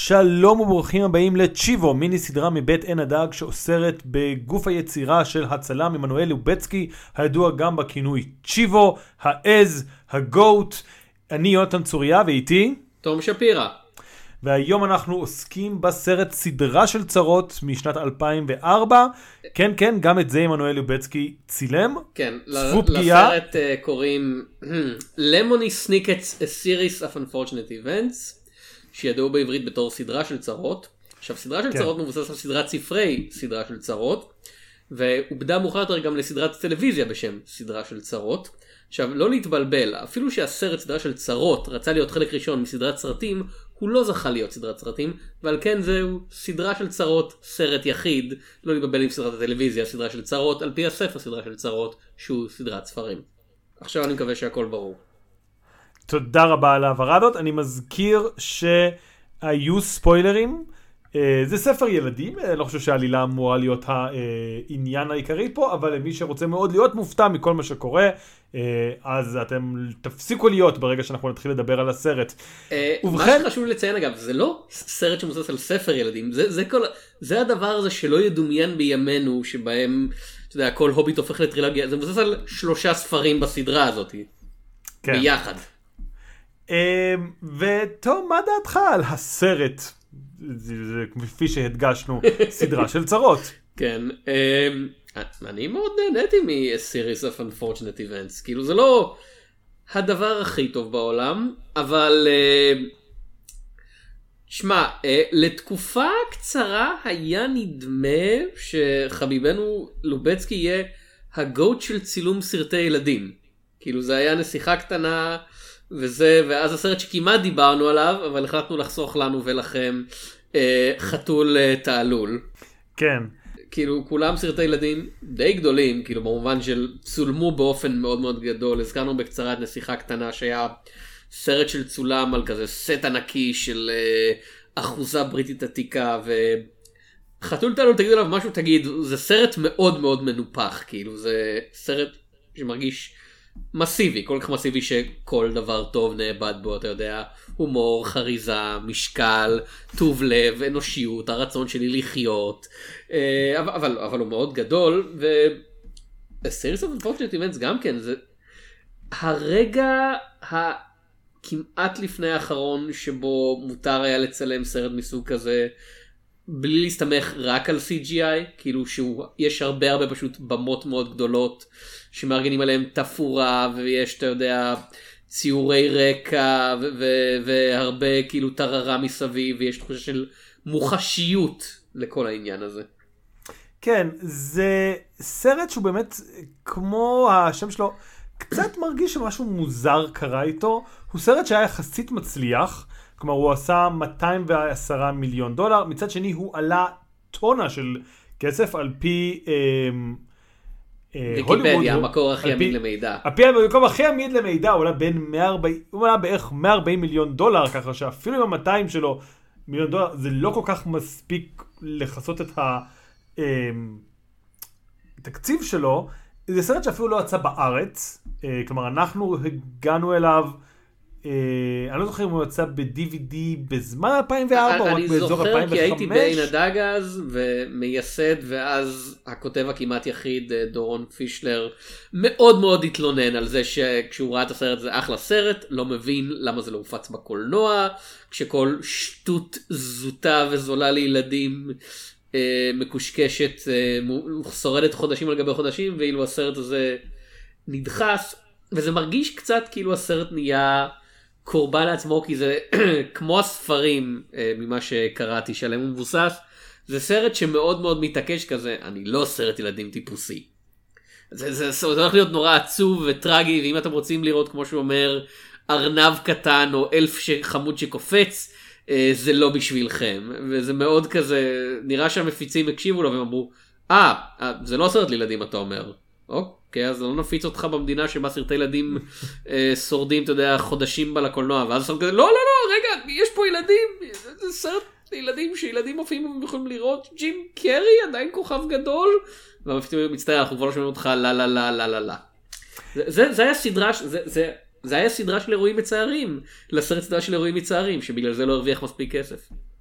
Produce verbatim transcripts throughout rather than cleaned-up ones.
שלום וברוכים הבאים לצ'יבו, מיני סדרה מבית עין הדג שאוסרת בגוף היצירה של הצלם עמנואל לובצקי, הידוע גם בכינוי צ'יבו, העז, הגוט. אני יונתן צוריה ואיתי תום שפירא. והיום אנחנו עוסקים בסרט סדרה של צרות משנת אלפיים וארבע. כן, כן, גם את זה עמנואל לובצקי צילם. כן, לסרט uh, קוראים Lemony Snicket's A Series of Unfortunate Events, שידעו בעברית בתור סדרה של צרות. עכשיו, סדרה של כן. צרות מבוסס על סדרת ספרי סדרה של צרות, ועובדה מאוחר יותר גם לסדרת טלוויזיה בשם סדרה של צרות. עכשיו, לא להתבלבל, אפילו שהסרט סדרה של צרות רצה להיות חלק ראשון מסדרת סרטים, הוא לא זכה להיות סדרת סרטים, ועל כן זהו סדרה של צרות, סרט יחיד, לא להתבלבל עם סדרת הטלוויזיה, סדרה של צרות, על פי הספר סדרה של צרות, שהוא סדרת ספרים. עכשיו אני מקווה שהכל ברור. תודה רבה על העברה הזאת. אני מזכיר שהיו ספוילרים. זה ספר ילדים, אני לא חושב שהעלילה אמורה להיות העניין העיקרי פה, אבל למי שרוצה מאוד להיות מופתע מכל מה שקורה, אז אתם תפסיקו להיות ברגע שאנחנו נתחיל לדבר על הסרט. מה שחשוב לי לציין אגב, זה לא סרט שמבוסס על ספר ילדים, זה הדבר הזה שלא ידומיין בימינו, שבהם, אתה יודע, כל הוביט הופך לטרילוגיה, זה מבוסס על שלושה ספרים בסדרה הזאת, ביחד. וטוב, מה דעתך על הסרט? זה כפי שהדגשנו, סדרה של צרות. כן, אני מאוד נהניתי מ-Series of Unfortunate Events, כאילו זה לא הדבר הכי טוב בעולם, אבל שמע, לתקופה קצרה היה נדמה שחביבנו לובצקי יהיה הגוט של צילום סרטי ילדים, כאילו זה היה נסיכה קטנה וזה, ואז הסרט שכמעט דיברנו עליו, אבל החלטנו לחסוך לנו ולכם אה, חתול אה, תעלול. כן. כאילו כולם סרטי ילדים די גדולים, כאילו במובן של צולמו באופן מאוד מאוד גדול. הזכרנו בקצרה את נסיכה קטנה שהיה סרט של צולם על כזה סט ענקי של אה, אחוזה בריטית עתיקה, וחתול תעלול תגיד עליו משהו, תגיד, זה סרט מאוד מאוד מנופח, כאילו זה סרט שמרגיש מסיבי, כל כך מסיבי שכל דבר טוב נאבד בו, אתה יודע, הומור, חריזה, משקל, טוב לב, אנושיות, הרצון שלי לחיות, אבל, אבל, אבל הוא מאוד גדול, ו-Series of Unfortunate Events גם כן, זה הרגע הכמעט לפני האחרון שבו מותר היה לצלם סרט מסוג כזה, בלי להסתמך רק על סי ג'י איי, כאילו שיש הרבה הרבה פשוט במות מאוד גדולות שמארגנים עליהם תפורה, ויש, אתה יודע, ציורי רקע ו- ו- והרבה כאילו טררה מסביב, ויש תחושה של מוחשיות לכל העניין הזה. כן, זה סרט שהוא באמת, כמו השם שלו, קצת מרגיש שמשהו מוזר קרה איתו. הוא סרט שהיה יחסית מצליח, כלומר הוא עשה מאתיים ועשרה מיליון דולר, מצד שני הוא עלה טונה של כסף על פי ויקיפדיה, המקור הכי עמיד למידע. על פי המקום הכי עמיד למידע, הוא עלה בין מאה וארבעים, הוא עלה בערך מאה וארבעים מיליון דולר, ככה שאפילו עם ה-מאתיים שלו מיליון דולר, זה לא כל כך מספיק לחסות את התקציב שלו. זה סרט שאפילו לא יצא בארץ, כלומר אנחנו הגענו אליו, אני לא זוכר אם הוא יצא ב-די וי די בזמן אלפיים וארבע או רק באזור אלפיים וחמש. אני זוכר כי הייתי בעין הדג אז ומייסד, ואז הכותב הכמעט יחיד דורון פישלר מאוד מאוד התלונן על זה שכשהוא ראה את הסרט זה אחלה סרט, לא מבין למה זה לא הופץ בקולנוע, כשכל שטות זוטה וזולה לילדים מקושקשת שורדת חודשים על גבי חודשים, ואילו הסרט הזה נדחס, וזה מרגיש קצת כאילו הסרט נהיה קורבן לעצמו, כי זה כמו הספרים ממה שקראתי שעליהם הוא מבוסס, זה סרט שמאוד מאוד מתעקש כזה, אני לא סרט ילדים טיפוסי. זה, זה, זה הולך להיות נורא עצוב וטרגי, ואם אתם רוצים לראות כמו שהוא אומר ארנב קטן או אלף חמוד שקופץ, זה לא בשבילכם, וזה מאוד כזה, נראה שהמפיצים הקשיבו לו והם אמרו, אה, זה לא סרט לילדים אתה אומר. אוקיי, אז לא נפיץ אותך במדינה שבה סרטי ילדים אה, שורדים, אתה יודע, חודשים בה לקולנוע, ואז סרט כזה, לא, לא, לא, רגע, יש פה ילדים, זה סרט לילדים שילדים מופיעים והם יכולים לראות, ג'ים קרי עדיין כוכב גדול, והמפיצים מצטער, אנחנו כבר לא שומעים אותך, לא, לא, לא, לא, לא, לא. זה, זה, זה היה סדרה, זה, זה, זה היה סדרה של אירועים מצערים, לסרט סדרה של אירועים מצערים, שבגלל זה לא הרוויח מספיק כסף.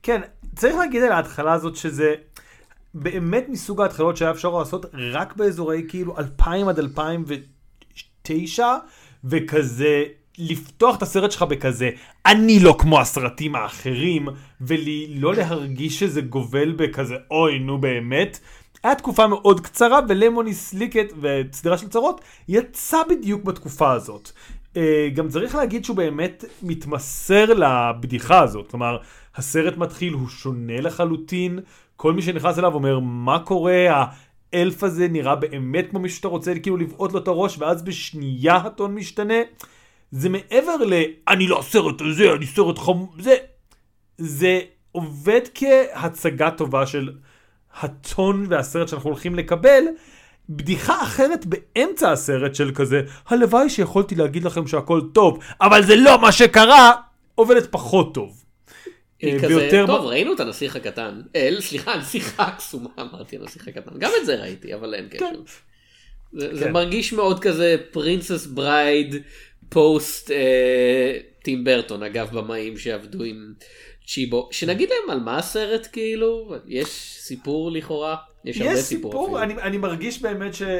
כן, צריך להגיד על ההתחלה הזאת שזה באמת מסוג ההתחלות שהיה אפשר לעשות רק באזורי כאילו אלפיים עד אלפיים ותשע, וכזה לפתוח את הסרט שלך בכזה, אני לא כמו הסרטים האחרים, ולא להרגיש שזה גובל בכזה, אוי, נו באמת. היה תקופה מאוד קצרה, ולמוני סליקט וסדרה של צרות יצא בדיוק בתקופה הזאת. גם צריך להגיד שהוא באמת מתמסר לבדיחה הזאת, כלומר, הסרט מתחיל, הוא שונה לחלוטין, כל מי שנכנס אליו אומר, מה קורה, האלף הזה נראה באמת כמו מישהו שאתה רוצה כאילו לבעוט לו את הראש, ואז בשנייה הטון משתנה. זה מעבר ל, אני לא סרט הזה, אני סרט חמור, זה, זה עובד כהצגה טובה של הטון והסרט שאנחנו הולכים לקבל, בדיחה אחרת באמצע הסרט של כזה, הלוואי שיכולתי להגיד לכם שהכל טוב, אבל זה לא מה שקרה, עובדת פחות טוב. היא כזה, טוב, ראינו את הנסיך הקטן, אל, סליחה, הנסיך הקסומה, אמרתי הנסיך הקטן, גם את זה ראיתי, אבל אין קשר. זה מרגיש מאוד כזה פרינסס ברייד, פוסט טים ברטון, אגב במאים שעבדו עם צ'יבו, שנגיד להם על מה הסרט כאילו, יש סיפור לכאורה, יש הרבה סיפור. יש סיפור, אני מרגיש באמת ש...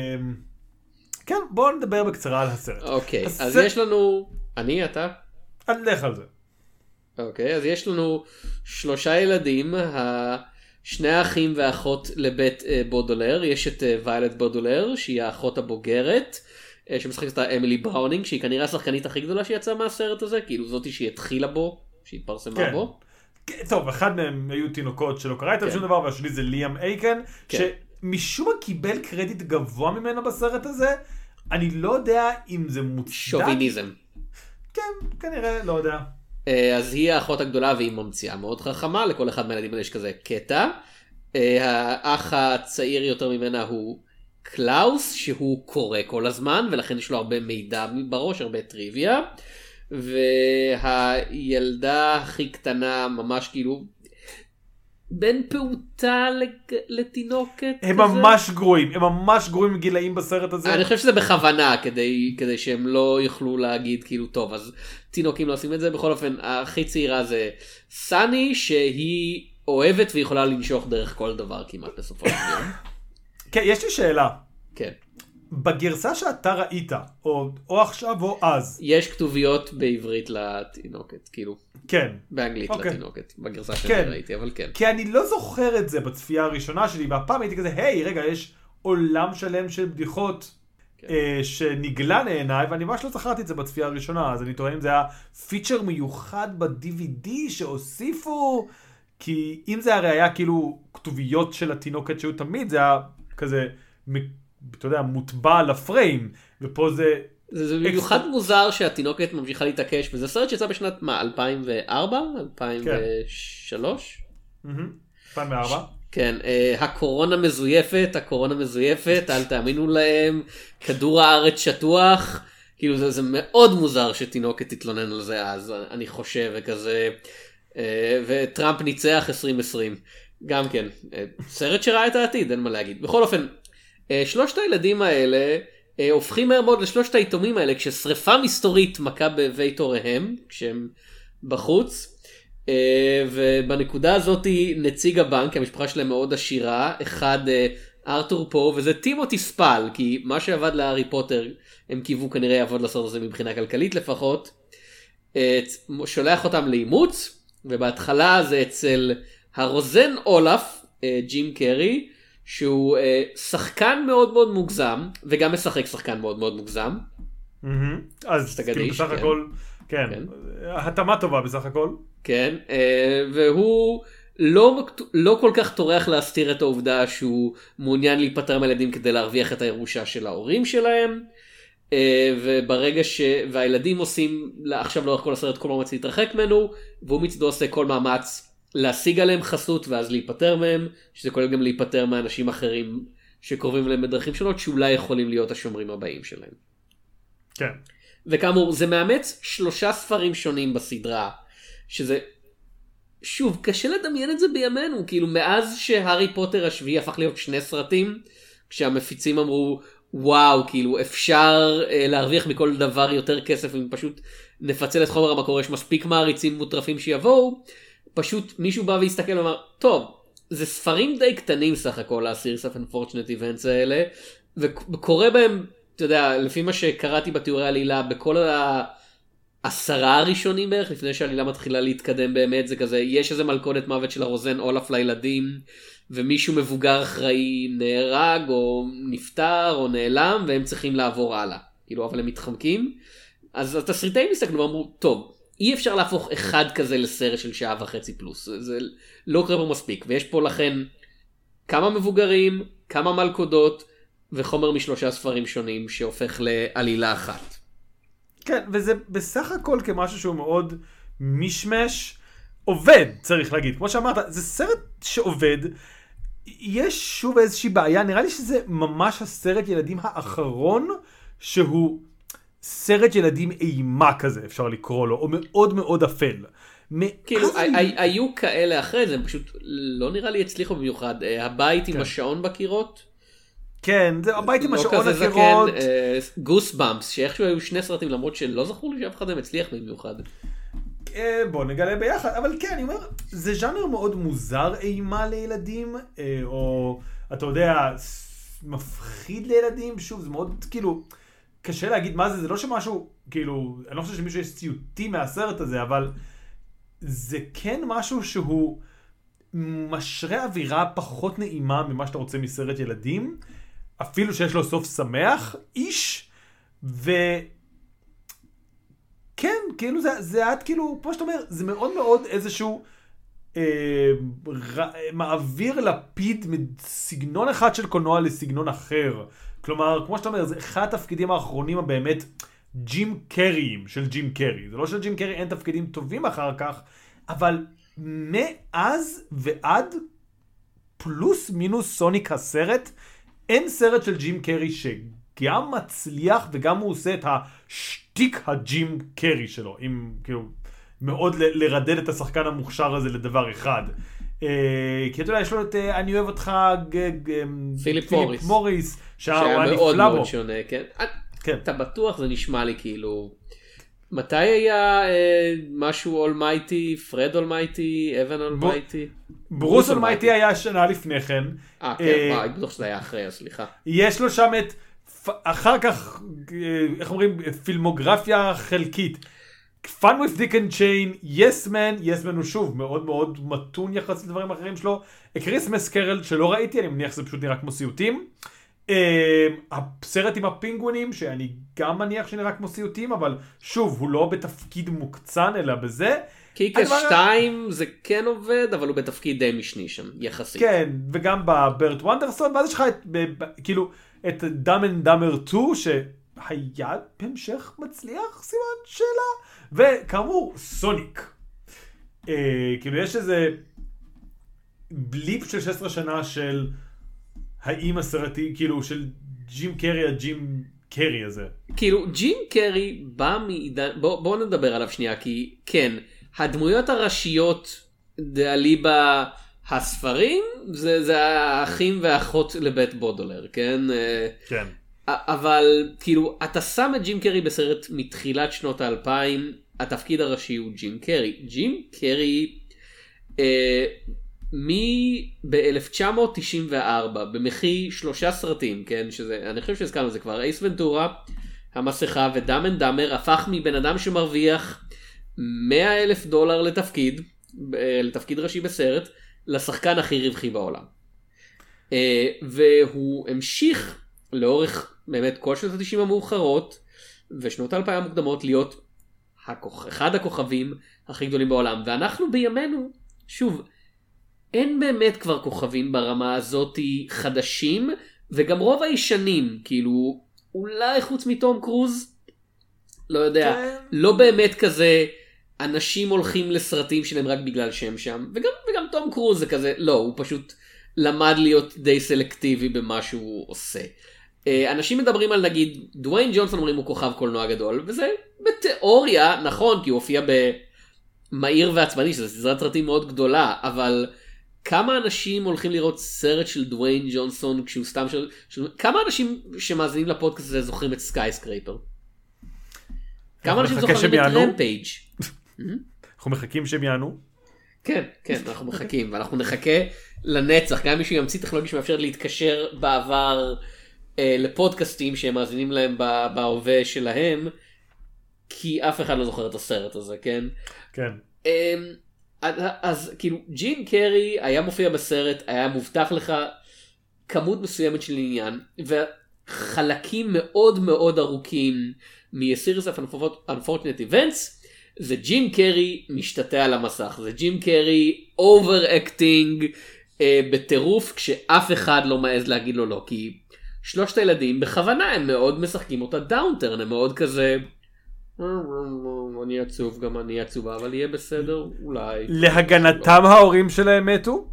כן, בואו נדבר בקצרה על הסרט. אוקיי, אז יש לנו, אני, אתה? אני לך על זה. אוקיי, אז יש לנו שלושה ילדים, שני האחים והאחות לבית בודולר, יש את ויילט בודולר, שהיא האחות הבוגרת, שמשחקת אותה אמילי בראונינג, שהיא כנראה השחקנית הכי גדולה שיצאה מהסרט הזה, כאילו זאתי שהיא התחילה בו, שהיא התפרסמה כן. בו. טוב, אחד מהם היו תינוקות שלא קרא איתם כן. שום דבר, והשני זה ליאם אייקן, כן. שמשום מה קיבל קרדיט גבוה ממנו בסרט הזה, אני לא יודע אם זה מוצדק. שוביניזם. כן, כנראה, לא יודע. אז היא האחות הגדולה והיא ממציאה מאוד חכמה, לכל אחד מהילדים האלה יש כזה קטע. האח הצעיר יותר ממנה הוא קלאוס, שהוא קורא כל הזמן, ולכן יש לו הרבה מידע בראש, הרבה טריוויה. והילדה הכי קטנה ממש כאילו בין פעוטה לתינוקת. הם ממש גרועים, הם ממש גרועים גילאים בסרט הזה. אני חושב שזה בכוונה, כדי, כדי שהם לא יוכלו להגיד כאילו טוב, אז תינוקים לא עושים את זה. בכל אופן, הכי צעירה זה סני, שהיא אוהבת ויכולה לנשוך דרך כל דבר כמעט בסופו של דבר. כן, יש לי שאלה. כן. בגרסה שאתה ראית, או, או עכשיו או אז. יש כתוביות בעברית לתינוקת, כאילו. כן. באנגלית אוקיי. לתינוקת, בגרסה שאני כן. ראיתי, אבל כן. כי אני לא זוכר את זה בצפייה הראשונה שלי, והפעם הייתי כזה, היי, רגע, יש עולם שלם של בדיחות כן. אה, שנגלה לעיניי, ואני ממש לא זכרתי את זה בצפייה הראשונה, אז אני טוען אם זה היה פיצ'ר מיוחד ב-די וי די שהוסיפו, כי אם זה הרי היה כאילו כתוביות של התינוקת שהיו תמיד, זה היה כזה... אתה יודע, מוטבע לפריים, ופה זה... זה במיוחד מוזר שהתינוקת ממשיכה להתעקש, וזה סרט שיצא בשנת, מה, אלפיים וארבע? אלפיים ושלוש? אלפיים וארבע. כן, הקורונה מזויפת, הקורונה מזויפת, אל תאמינו להם, כדור הארץ שטוח, כאילו זה, זה מאוד מוזר שתינוקת תתלונן על זה אז, אני חושב, וכזה, וטראמפ ניצח עשרים עשרים, גם כן, סרט שראה את העתיד, אין מה להגיד. בכל אופן, שלושת הילדים האלה הופכים מהר מאוד לשלושת היתומים האלה, כששריפה מסתורית מכה בבית הוריהם, כשהם בחוץ, ובנקודה הזאת נציג הבנק, המשפחה שלהם מאוד עשירה, אחד ארתור פה, וזה טימותי ספל, כי מה שעבד להארי פוטר, הם קיוו כנראה יעבוד לסרט הזה מבחינה כלכלית לפחות, שולח אותם לאימוץ, ובהתחלה זה אצל הרוזן אולף, ג'ים קרי, שהוא uh, שחקן מאוד מאוד מוגזם, וגם משחק שחקן מאוד מאוד מוגזם. Mm-hmm. אז כאילו בסך כן. הכל, כן, כן. התאמה טובה בסך הכל. כן, uh, והוא לא, לא כל כך טורח להסתיר את העובדה שהוא מעוניין להיפטר מהילדים כדי להרוויח את הירושה של ההורים שלהם, uh, וברגע ש... והילדים עושים, עכשיו לאורך כל הסרט כל מאמץ להתרחק ממנו, והוא מצדו עושה כל מאמץ להשיג עליהם חסות ואז להיפטר מהם, שזה כולל גם להיפטר מאנשים אחרים שקרובים להם בדרכים שונות, שאולי יכולים להיות השומרים הבאים שלהם. כן. וכאמור, זה מאמץ שלושה ספרים שונים בסדרה, שזה, שוב, קשה לדמיין את זה בימינו, כאילו מאז שהארי פוטר השביעי הפך להיות שני סרטים, כשהמפיצים אמרו, וואו, כאילו אפשר אה, להרוויח מכל דבר יותר כסף, אם פשוט נפצל את חומר המקור, יש מספיק מעריצים מוטרפים שיבואו, פשוט מישהו בא והסתכל ואמר, טוב, זה ספרים די קטנים סך הכל, ה-Series of Unfortunate Events האלה, וקורא בהם, אתה יודע, לפי מה שקראתי בתיאורי העלילה, בכל העשרה הראשונים בערך, לפני שהעלילה מתחילה להתקדם באמת, זה כזה, יש איזה מלכודת מוות של הרוזן אולף לילדים, ומישהו מבוגר אחראי נהרג, או נפטר, או נעלם, והם צריכים לעבור הלאה. כאילו, אבל הם מתחמקים. אז התסריטאים הסתכלו ואמרו, טוב, אי אפשר להפוך אחד כזה לסרט של שעה וחצי פלוס. זה לא קרה פה מספיק. ויש פה לכן כמה מבוגרים, כמה מלכודות, וחומר משלושה ספרים שונים שהופך לעלילה אחת. כן, וזה בסך הכל כמשהו שהוא מאוד משמש, עובד, צריך להגיד. כמו שאמרת, זה סרט שעובד. יש שוב איזושהי בעיה, נראה לי שזה ממש הסרט ילדים האחרון, שהוא סרט ילדים אימה כזה, אפשר לקרוא לו, או מאוד מאוד אפל. כאילו, היו כאלה אחרי זה, הם פשוט לא נראה לי הצליחו במיוחד. הבית עם השעון בקירות. כן, זה הבית עם השעון הקירות. גוס במפס, שאיכשהו היו שני סרטים, למרות שלא זכור לי שאף אחד הם הצליח במיוחד. בוא נגלה ביחד, אבל כן, אני אומר, זה ז'אנר מאוד מוזר אימה לילדים, או אתה יודע, מפחיד לילדים, שוב, זה מאוד כאילו, קשה להגיד מה זה, זה לא שמשהו, כאילו, אני לא חושב שמישהו יש ציוטי מהסרט הזה, אבל זה כן משהו שהוא משרה אווירה פחות נעימה ממה שאתה רוצה מסרט ילדים, אפילו שיש לו סוף שמח, איש, ו... כן, כאילו זה, זה עד כאילו, כמו שאתה אומר, זה מאוד מאוד איזשהו אה, ר, מעביר לפיד מסגנון אחד של קולנוע לסגנון אחר. כלומר, כמו שאתה אומר, זה אחד התפקידים האחרונים הבאמת ג'ים קריים של ג'ים קרי. זה לא של ג'ים קרי אין תפקידים טובים אחר כך, אבל מאז ועד פלוס מינוס סוניק הסרט, אין סרט של ג'ים קרי שגם מצליח וגם הוא עושה את השטיק הג'ים קרי שלו, עם כאילו מאוד ל- לרדד את השחקן המוכשר הזה לדבר אחד. אה, כי אתה יודע, יש לו את אה, אני אוהב אותך ג- ג- פיליפ, פיליפ מוריס, מוריס, שהיה מאוד מאוד שונה, כן? כן. אתה בטוח, זה נשמע לי כאילו... מתי היה אה, משהו אולמייטי, פרד אולמייטי, אבן אולמייטי? ברוס אולמייטי היה שנה לפני כן. אה, כן, אני בטוח שזה היה אחרי, סליחה. יש לו שם את, אחר כך, איך אומרים, פילמוגרפיה חלקית. Fun with Dick and Chain, Yes Man, Yes Man הוא שוב מאוד מאוד מתון יחס לדברים אחרים שלו. Christmas Carol שלא ראיתי, אני מניח שזה פשוט נראה כמו סיוטים. הסרט עם הפינגווינים, שאני גם מניח שנראה כמו סיוטים, אבל שוב, הוא לא בתפקיד מוקצן, אלא בזה. קיקס שתיים זה כן עובד, אבל הוא בתפקיד די משני שם, יחסית. כן, וגם בברט וונדרסון, ואז יש לך את, כאילו, את Dumb and Dumber שתיים, שהיה בהמשך מצליח, סימן שאלה, וכאמור, סוניק. כאילו, יש איזה בליפ של שש עשרה שנה של... האם הסרטי, כאילו, של ג'ים קרי, הג'ים קרי הזה. כאילו, ג'ים קרי בא מעידן, בוא, בוא נדבר עליו שנייה, כי כן, הדמויות הראשיות דאליבה הספרים, זה, זה האחים והאחות לבית בודולר, כן? כן. אבל, כאילו, אתה שם את ג'ים קרי בסרט מתחילת שנות האלפיים, התפקיד הראשי הוא ג'ים קרי. ג'ים קרי, אה, מ-אלף תשע מאות תשעים וארבע במחי שלושה סרטים, כן, שזה, אני חושב שהזכרנו זה כבר, אייס ונטורה, המסכה ודאם אנד דאמר, הפך מבן אדם שמרוויח מאה אלף דולר לתפקיד, לתפקיד ראשי בסרט, לשחקן הכי רווחי בעולם. והוא המשיך לאורך באמת כל שנות ה-תשעים המאוחרות, ושנות האלפיים המוקדמות להיות הכוח, אחד הכוכבים הכי גדולים בעולם, ואנחנו בימינו, שוב, אין באמת כבר כוכבים ברמה הזאת חדשים, וגם רוב הישנים, כאילו, אולי חוץ מתום קרוז, לא יודע, כן. לא באמת כזה, אנשים הולכים לסרטים שלהם רק בגלל שהם שם, וגם, וגם תום קרוז זה כזה, לא, הוא פשוט למד להיות די סלקטיבי במה שהוא עושה. אנשים מדברים על נגיד, דוויין ג'ונסון אומרים הוא כוכב קולנוע גדול, וזה בתיאוריה נכון, כי הוא הופיע במהיר ועצבני, שזו סדרת סרטים מאוד גדולה, אבל... כמה אנשים הולכים לראות סרט של דוויין ג'ונסון כשהוא סתם של... של... כמה אנשים שמאזינים לפודקאסט הזה זוכרים את סקייסקרייפר? כמה אנשים זוכרים את רמפייג'? אנחנו מחכים שהם יענו? כן, כן, אנחנו מחכים, ואנחנו נחכה לנצח, גם מישהו ימציא טכנולוגיה שמאפשרת להתקשר בעבר אה, לפודקאסטים שהם מאזינים להם בהווה שלהם, כי אף אחד לא זוכר את הסרט הזה, כן? כן. אה, אז כאילו, ג'ים קרי היה מופיע בסרט, היה מובטח לך כמות מסוימת של עניין, וחלקים מאוד מאוד ארוכים מ-Series of Unfortunate Events, זה ג'ים קרי משתתע על המסך, זה ג'ים קרי אובר-אקטינג אה, בטירוף, כשאף אחד לא מעז להגיד לו לא, כי שלושת הילדים בכוונה הם מאוד משחקים אותה דאונטרן, הם מאוד כזה, אני עצוב, גם אני עצובה, אבל יהיה בסדר, אולי. להגנתם ההורים שלהם מתו?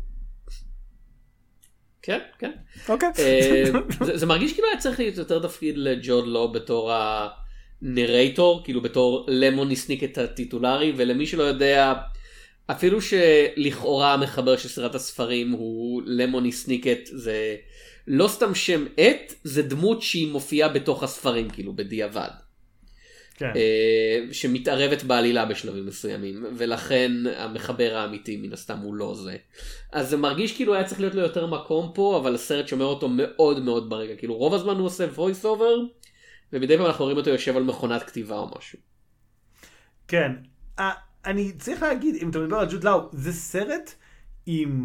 כן, כן. אוקיי. זה, זה מרגיש כאילו היה צריך להיות יותר תפקיד לג'וד לו בתור הנרייטור, כאילו בתור למוני סניקט הטיטולרי, ולמי שלא יודע, אפילו שלכאורה המחבר של סרט הספרים הוא למוני סניקט, זה לא סתם שם עט, זה דמות שהיא מופיעה בתוך הספרים, כאילו בדיעבד. כן. שמתערבת בעלילה בשלבים מסוימים, ולכן המחבר האמיתי מן הסתם הוא לא זה. אז זה מרגיש כאילו היה צריך להיות לו יותר מקום פה, אבל הסרט שומר אותו מאוד מאוד ברגע, כאילו רוב הזמן הוא עושה voice over, ומדי פעם אנחנו רואים אותו יושב על מכונת כתיבה או משהו. כן, אני צריך להגיד, אם אתה מדבר על ג'וד לאו, זה סרט עם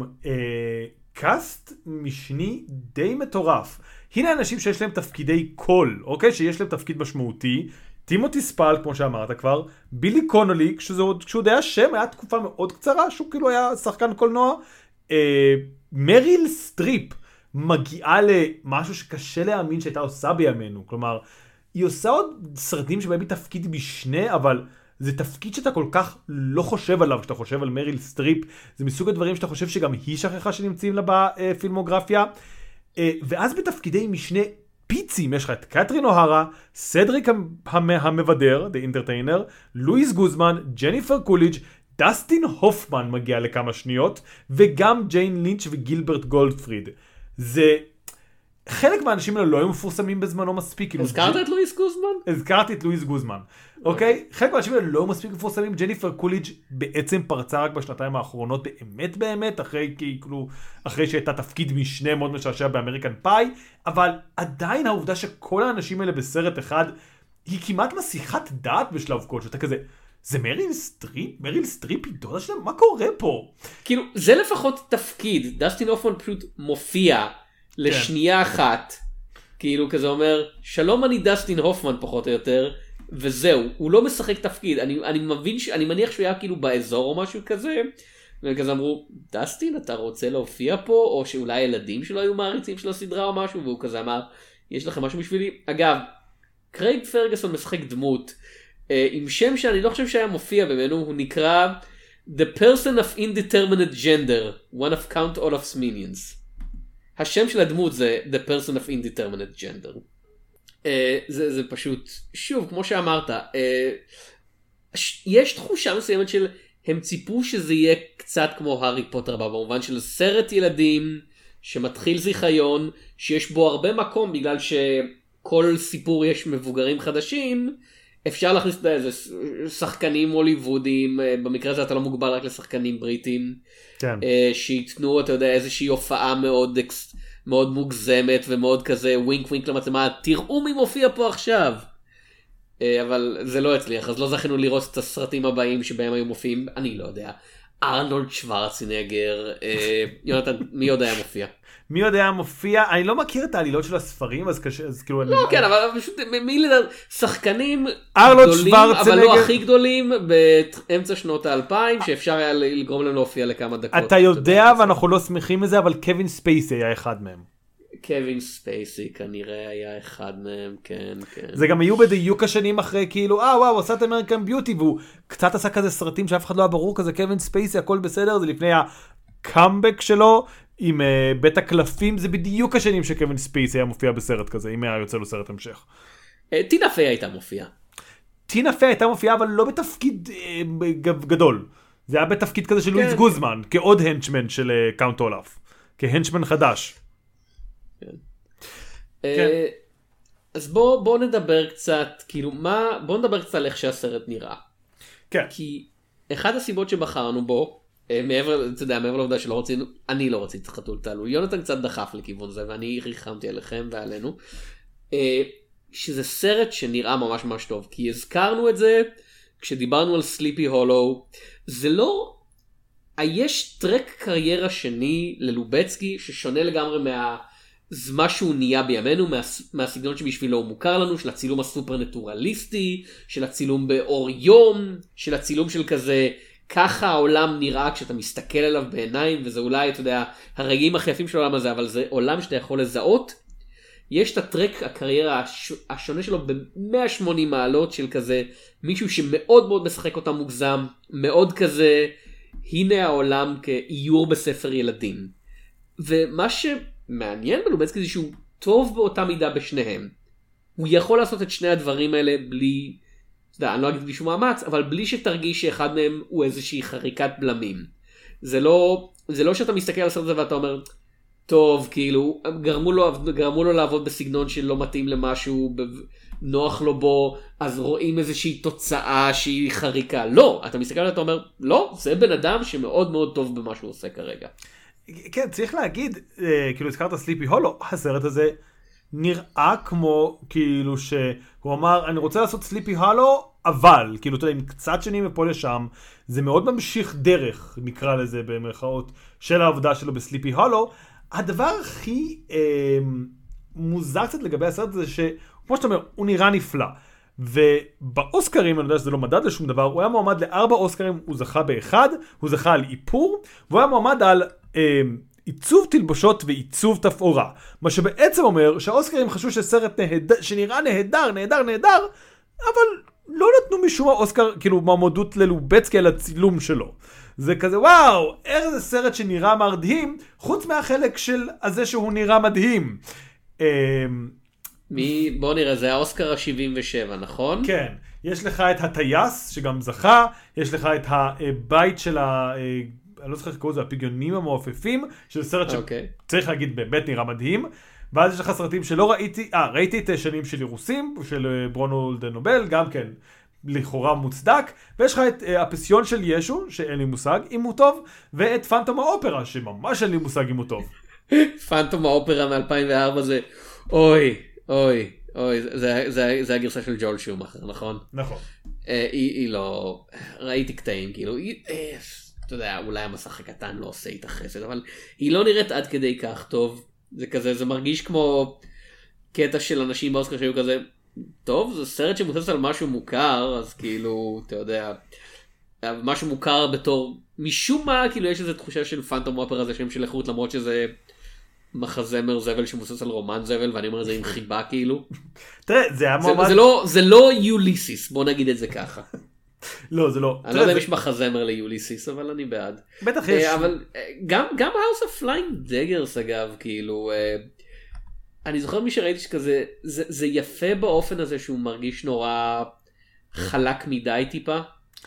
קאסט משני די מטורף. הנה אנשים שיש להם תפקידי קול, אוקיי? שיש להם תפקיד משמעותי, טימותי ספל, כמו שאמרת כבר, בילי קונולי, כשהוא עוד היה שם, היה תקופה מאוד קצרה, שהוא כאילו היה שחקן קולנוע, אה, מריל סטריפ מגיעה למשהו שקשה להאמין שהייתה עושה בימינו, כלומר, היא עושה עוד סרטים שבהם היא תפקיד משנה, אבל זה תפקיד שאתה כל כך לא חושב עליו, כשאתה חושב על מריל סטריפ, זה מסוג הדברים שאתה חושב שגם היא שכחה שנמצאים לה בפילמוגרפיה, אה, ואז בתפקידי משנה, פיצים, יש לך את קטרין אוהרה, סדריק המבדר, The Entertainer, לואיס גוזמן, ג'ניפר קוליג', דסטין הופמן מגיע לכמה שניות, וגם ג'יין לינץ' וגילברט גולדפריד. זה... חלק מהאנשים האלה לא היו מפורסמים בזמנו מספיק. הזכרת את לואיס גוזמן? הזכרתי את לואיס גוזמן. אוקיי? חלק מהאנשים האלה לא מספיק מפורסמים. ג'ניפר קוליג' בעצם פרצה רק בשנתיים האחרונות באמת באמת, אחרי כאילו, אחרי שהייתה תפקיד משנה מאוד משעשע באמריקן פאי, אבל עדיין העובדה שכל האנשים האלה בסרט אחד, היא כמעט מסיחת דעת בשלב כלשהו. אתה כזה, זה מריל סטריפ? מריל סטריפ היא דודה שלהם? מה קורה פה? כאילו, זה לפחות תפקיד. דסטין הופמן פשוט מופיע לשנייה אחת, כאילו כזה אומר, שלום אני דסטין הופמן פחות או יותר, וזהו, הוא לא משחק תפקיד, אני, אני מבין, ש... אני מניח שהוא היה כאילו באזור או משהו כזה, וכזה אמרו, דסטין אתה רוצה להופיע פה, או שאולי ילדים שלו היו מעריצים של הסדרה או משהו, והוא כזה אמר, יש לכם משהו בשבילי? אגב, קרייג פרגוסון משחק דמות, אה, עם שם שאני לא חושב שהיה מופיע במנו, הוא נקרא, The Person of Indeterminate Gender, One of Count Olaf's Minions. השם של הדמות זה The Person of Indeterminate Gender. Uh, זה, זה פשוט, שוב, כמו שאמרת, uh, יש תחושה מסוימת של, הם ציפו שזה יהיה קצת כמו הארי פוטר, במובן של סרט ילדים, שמתחיל זיכיון, שיש בו הרבה מקום, בגלל שכל סיפור יש מבוגרים חדשים, אפשר להכניס איזה שחקנים הוליוודיים, במקרה הזה אתה לא מוגבל רק לשחקנים בריטים, כן. שיתנו, אתה יודע, איזושהי הופעה מאוד, מאוד מוגזמת ומאוד כזה ווינק ווינק למצלמה, תראו מי מופיע פה עכשיו. אבל זה לא הצליח, אז לא זכינו לראות את הסרטים הבאים שבהם היו מופיעים, אני לא יודע, ארנולד שוורצנגר, יונתן, מי עוד היה מופיע? מי עוד היה מופיע? אני לא מכיר את העלילות של הספרים, אז קשה, אז כאילו... לא, כן, אבל פשוט, מי לדעת, שחקנים גדולים, אבל לא הכי גדולים, באמצע שנות האלפיים, שאפשר היה לגרום להם להופיע לכמה דקות. אתה יודע, ואנחנו לא שמחים מזה, אבל קווין ספייסי היה אחד מהם. קווין ספייסי כנראה היה אחד מהם, כן, כן. זה גם היו בדיוק השנים אחרי, כאילו, אה, וואו, עושה את אמריקן ביוטי, והוא קצת עשה כזה סרטים שאף אחד לא היה ברור, כזה קווין ספייסי, הכל בסדר, זה לפני הקאמבק שלו, עם uh, בית הקלפים, זה בדיוק השנים שקווין ספייסי היה מופיע בסרט כזה, אם היה יוצא לו סרט המשך. טינה פיי הייתה מופיעה. טינה פיי הייתה מופיעה, אבל לא בתפקיד uh, גדול. זה היה בתפקיד כזה של לואיס גוזמן, כעוד הנצ'מן של קאונט אולף. כהנצ'מן חדש. אז בוא בוא נדבר קצת, כאילו מה, בוא נדבר קצת על איך שהסרט נראה. כן. כי אחד הסיבות שבחרנו בו, מעבר, אתה יודע, מעבר לעובדה שלא רצינו, אני לא רציתי חתול תעלול, יונתן קצת דחף לכיוון זה, ואני ריחמתי עליכם ועלינו, שזה סרט שנראה ממש ממש טוב, כי הזכרנו את זה, כשדיברנו על סליפי הולו, זה לא, יש טרק קריירה שני ללובצקי, ששונה לגמרי מה... זה מה שהוא נהיה בימינו, מה, מהסגנון שבשבילו הוא מוכר לנו, של הצילום הסופר נטורליסטי, של הצילום באור יום, של הצילום של כזה, ככה העולם נראה כשאתה מסתכל עליו בעיניים, וזה אולי, אתה יודע, הרגעים הכי יפים של העולם הזה, אבל זה עולם שאתה יכול לזהות. יש את הטרק הקריירה הש... השונה שלו ב-מאה ושמונים מעלות של כזה, מישהו שמאוד מאוד משחק אותה מוגזם, מאוד כזה, הנה העולם כאיור בספר ילדים. ומה ש... מעניין בלובצקי זה שהוא טוב באותה מידה בשניהם. הוא יכול לעשות את שני הדברים האלה בלי, יודע, אני לא אגיד בלי שום מאמץ, אבל בלי שתרגיש שאחד מהם הוא איזושהי חריקת בלמים. זה לא, זה לא שאתה מסתכל על הסרט הזה ואתה אומר, טוב, כאילו, גרמו לו, גרמו לו לעבוד בסגנון שלא מתאים למשהו, נוח לו בו, אז רואים איזושהי תוצאה שהיא חריקה. לא, אתה מסתכל ואתה אומר, לא, זה בן אדם שמאוד מאוד טוב במה שהוא עושה כרגע. כן, צריך להגיד, כאילו הזכרת סליפי הולו, הסרט הזה נראה כמו, כאילו שהוא אמר, אני רוצה לעשות סליפי הולו, אבל, כאילו, אתה יודע, עם קצת שנים מפה לשם, זה מאוד ממשיך דרך, נקרא לזה במרכאות, של העבודה שלו בסליפי הולו. הדבר הכי אה, מוזר קצת לגבי הסרט הזה, שכמו שאתה אומר, הוא נראה נפלא. ובאוסקרים, אני יודע שזה לא מדד לשום דבר, הוא היה מועמד לארבע אוסקרים, הוא זכה באחד, הוא זכה על איפור, והוא היה מועמד על אה, עיצוב תלבושות ועיצוב תפאורה. מה שבעצם אומר שהאוסקרים חשבו שסרט נהדר, שנראה נהדר, נהדר, נהדר, אבל לא נתנו משום האוסקר, כאילו, מעמדות ללובצקי על הצילום שלו. זה כזה, וואו, איזה סרט שנראה מדהים, חוץ מהחלק של הזה שהוא נראה מדהים. אה, מי, בוא נראה, זה האוסקר ה-שבעים ושבע, נכון? כן, יש לך את הטייס שגם זכה, יש לך את הבית של ה... אני לא זוכר איך קוראים לזה, הפיגיונים המעופפים, שזה סרט שצריך להגיד באמת נראה מדהים, ואז יש לך סרטים שלא ראיתי, אה, ראיתי את שנים של אירוסים, של ברונולד נובל, גם כן לכאורה מוצדק, ויש לך את הפסיון של ישו, שאין לי מושג אם הוא טוב, ואת פנטום האופרה, שממש אין לי מושג אם הוא טוב. פנטום האופרה מ-אלפיים וארבע זה, אוי, אוי, אוי, זה, זה, זה הגרסה של ג'ול שומאכר, נכון? נכון. אה, היא, היא לא, ראיתי קטעים, כאילו, היא, אה, אתה יודע, אולי המסך הקטן לא עושה איתה חסד, אבל היא לא נראית עד כדי כך טוב. זה כזה, זה מרגיש כמו קטע של אנשים באוסקר שהיו כזה, טוב, זה סרט שמבוסס על משהו מוכר, אז כאילו, אתה יודע, משהו מוכר בתור, משום מה, כאילו יש איזו תחושה של פנטום אופרה, זה שם של איכות, למרות שזה מחזמר זבל שמבוסס על רומן זבל, ואני אומר את זה עם חיבה כאילו. תראה, זה היה מועמד... זה לא, זה לא יוליסיס, בוא נגיד את זה ככה. לא, זה לא. אני לא יודע אם יש מחזמר ליוליסיס, אבל אני בעד. בטח יש. אבל גם גם House of Flying Daggers אגב, כאילו, אני זוכר מי שראיתי שכזה, זה יפה באופן הזה שהוא מרגיש נורא חלק מדי טיפה.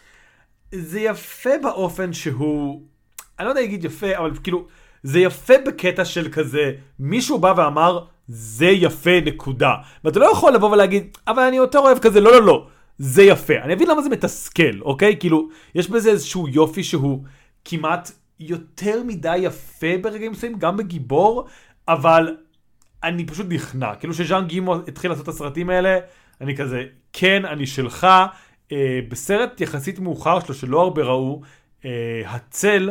זה יפה באופן שהוא, אני לא יודע להגיד יפה, אבל כאילו, זה יפה בקטע של כזה, מישהו בא ואמר, זה יפה נקודה. ואתה לא יכול לבוא ולהגיד, אבל אני יותר אוהב כזה, לא, לא, לא. זה יפה. אני אבין למה זה מתסכל, אוקיי? כאילו, יש בזה איזשהו יופי שהוא כמעט יותר מדי יפה ברגעים מסוימים, גם בגיבור, אבל אני פשוט נכנע. כאילו שז'אן גימו התחיל לעשות את הסרטים האלה, אני כזה, כן, אני שלך. אה, בסרט יחסית מאוחר שלו, שלא הרבה ראו, אה, הצל,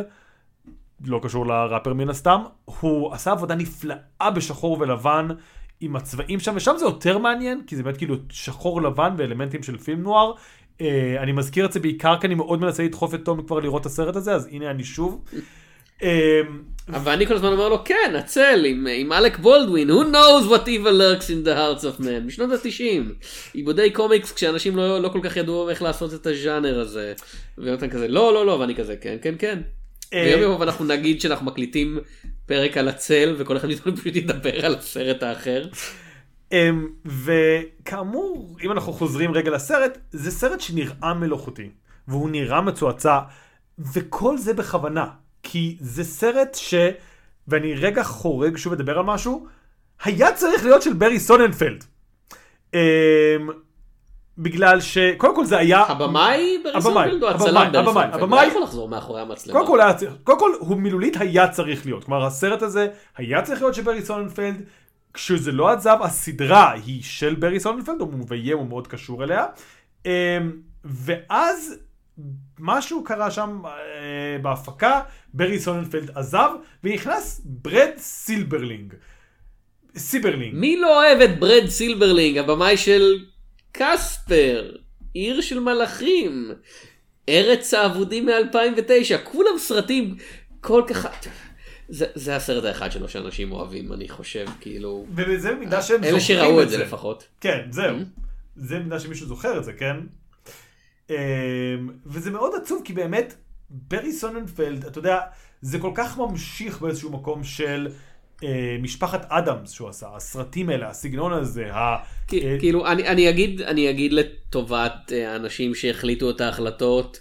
לא קשור לראפר מן הסתם, הוא עשה עבודה נפלאה בשחור ולבן, עם הצבעים שם, ושם זה יותר מעניין, כי זה באמת כאילו שחור לבן ואלמנטים של פילם נוער. אה, אני מזכיר את זה בעיקר, כי אני מאוד מנסה לדחוף את תום כבר לראות את הסרט הזה, אז הנה אני שוב. אה, אבל אני כל הזמן אומר לו, כן, הצל, עם, עם אלק בולדווין, who knows what evil lurks in the hearts of men, בשנות ה-תשעים, עיבודי קומיקס, כשאנשים לא, לא כל כך ידעו איך לעשות את הז'אנר הזה, ואותן כזה, לא, לא, לא, ואני כזה, כן, כן, כן. ויום יום אנחנו נגיד שאנחנו מקליטים פרק על הצל, וכל אחד מאיתנו פשוט ידבר על הסרט האחר. וכאמור, אם אנחנו חוזרים רגע לסרט, זה סרט שנראה מלאכותי, והוא נראה מצועצע, וכל זה בכוונה, כי זה סרט ש... ואני רגע חורג שוב לדבר על משהו, היה צריך להיות של ברי סוננפלד. בגלל שקודם כל זה היה... הבמאי בריסונפלד או הצלם בריסונפלד? הוא לא יכול לחזור מאחורי המצלמה. קודם כל, קודם כל הוא מילולית היה צריך להיות. כלומר, הסרט הזה היה צריך להיות של ברי סוננפלד, כשזה לא עזב, הסדרה היא של ברי סוננפלד, הוא מביים, הוא מאוד קשור אליה. ואז משהו קרה שם בהפקה, ברי סוננפלד עזב, ונכנס ברד סילברלינג. סיברלינג. מי לא אוהב את ברד סילברלינג, הבמאי של קספר, עיר של מלאכים, ארץ האבודים מ-אלפיים ותשע, כולם סרטים כל כך... זה, זה הסרט האחד שלו שאנשים אוהבים, אני חושב, כאילו... ובזה מידה שהם זוכרים את זה. אלה שראו את זה לפחות. כן, זהו. זה מידה שמישהו זוכר את זה, כן? וזה מאוד עצוב, כי באמת, ברי סוננפלד, אתה יודע, זה כל כך ממשיך באיזשהו מקום של... משפחת אדמס שהוא עשה, הסרטים האלה, הסגנון הזה, כאילו אני אגיד, אני אגיד לטובת האנשים שהחליטו את ההחלטות,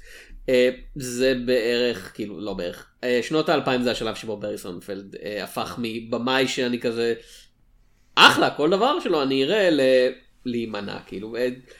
זה בערך, כאילו לא בערך, שנות האלפיים זה השלב שבו ברי סוננפלד הפך מבמאי שאני כזה, אחלה, כל דבר שלו אני אראה להימנע, כאילו,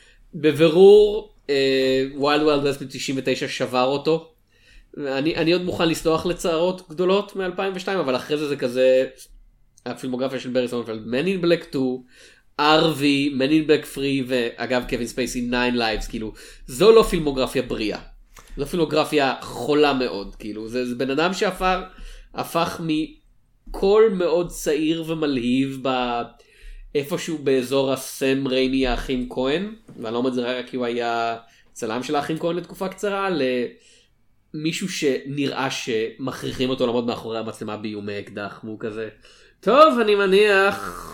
בבירור, ווילד ווילד ווסט ב-תשעים ותשע שבר אותו, אני, אני עוד מוכן לסלוח לצערות גדולות מ-אלפיים ושתיים, אבל אחרי זה זה כזה, הפילמוגרפיה של ברי סוננפלד, Man in Black שתיים, אר וי, Man in Black שלוש, ואגב קווין ספייסי, Nine Lives, כאילו, זו לא פילמוגרפיה בריאה. זו פילמוגרפיה חולה מאוד, כאילו, זה, זה בן אדם שהפך, הפך מקול מאוד צעיר ומלהיב, ב, איפשהו באזור הסם ריימי האחים כהן, ואני לא אומר את זה רק כי הוא היה צלם של האחים כהן לתקופה קצרה, ל... מישהו שנראה שמכריחים אותו לעמוד מאחורי המצלמה באיומי אקדח, והוא כזה, טוב, אני מניח,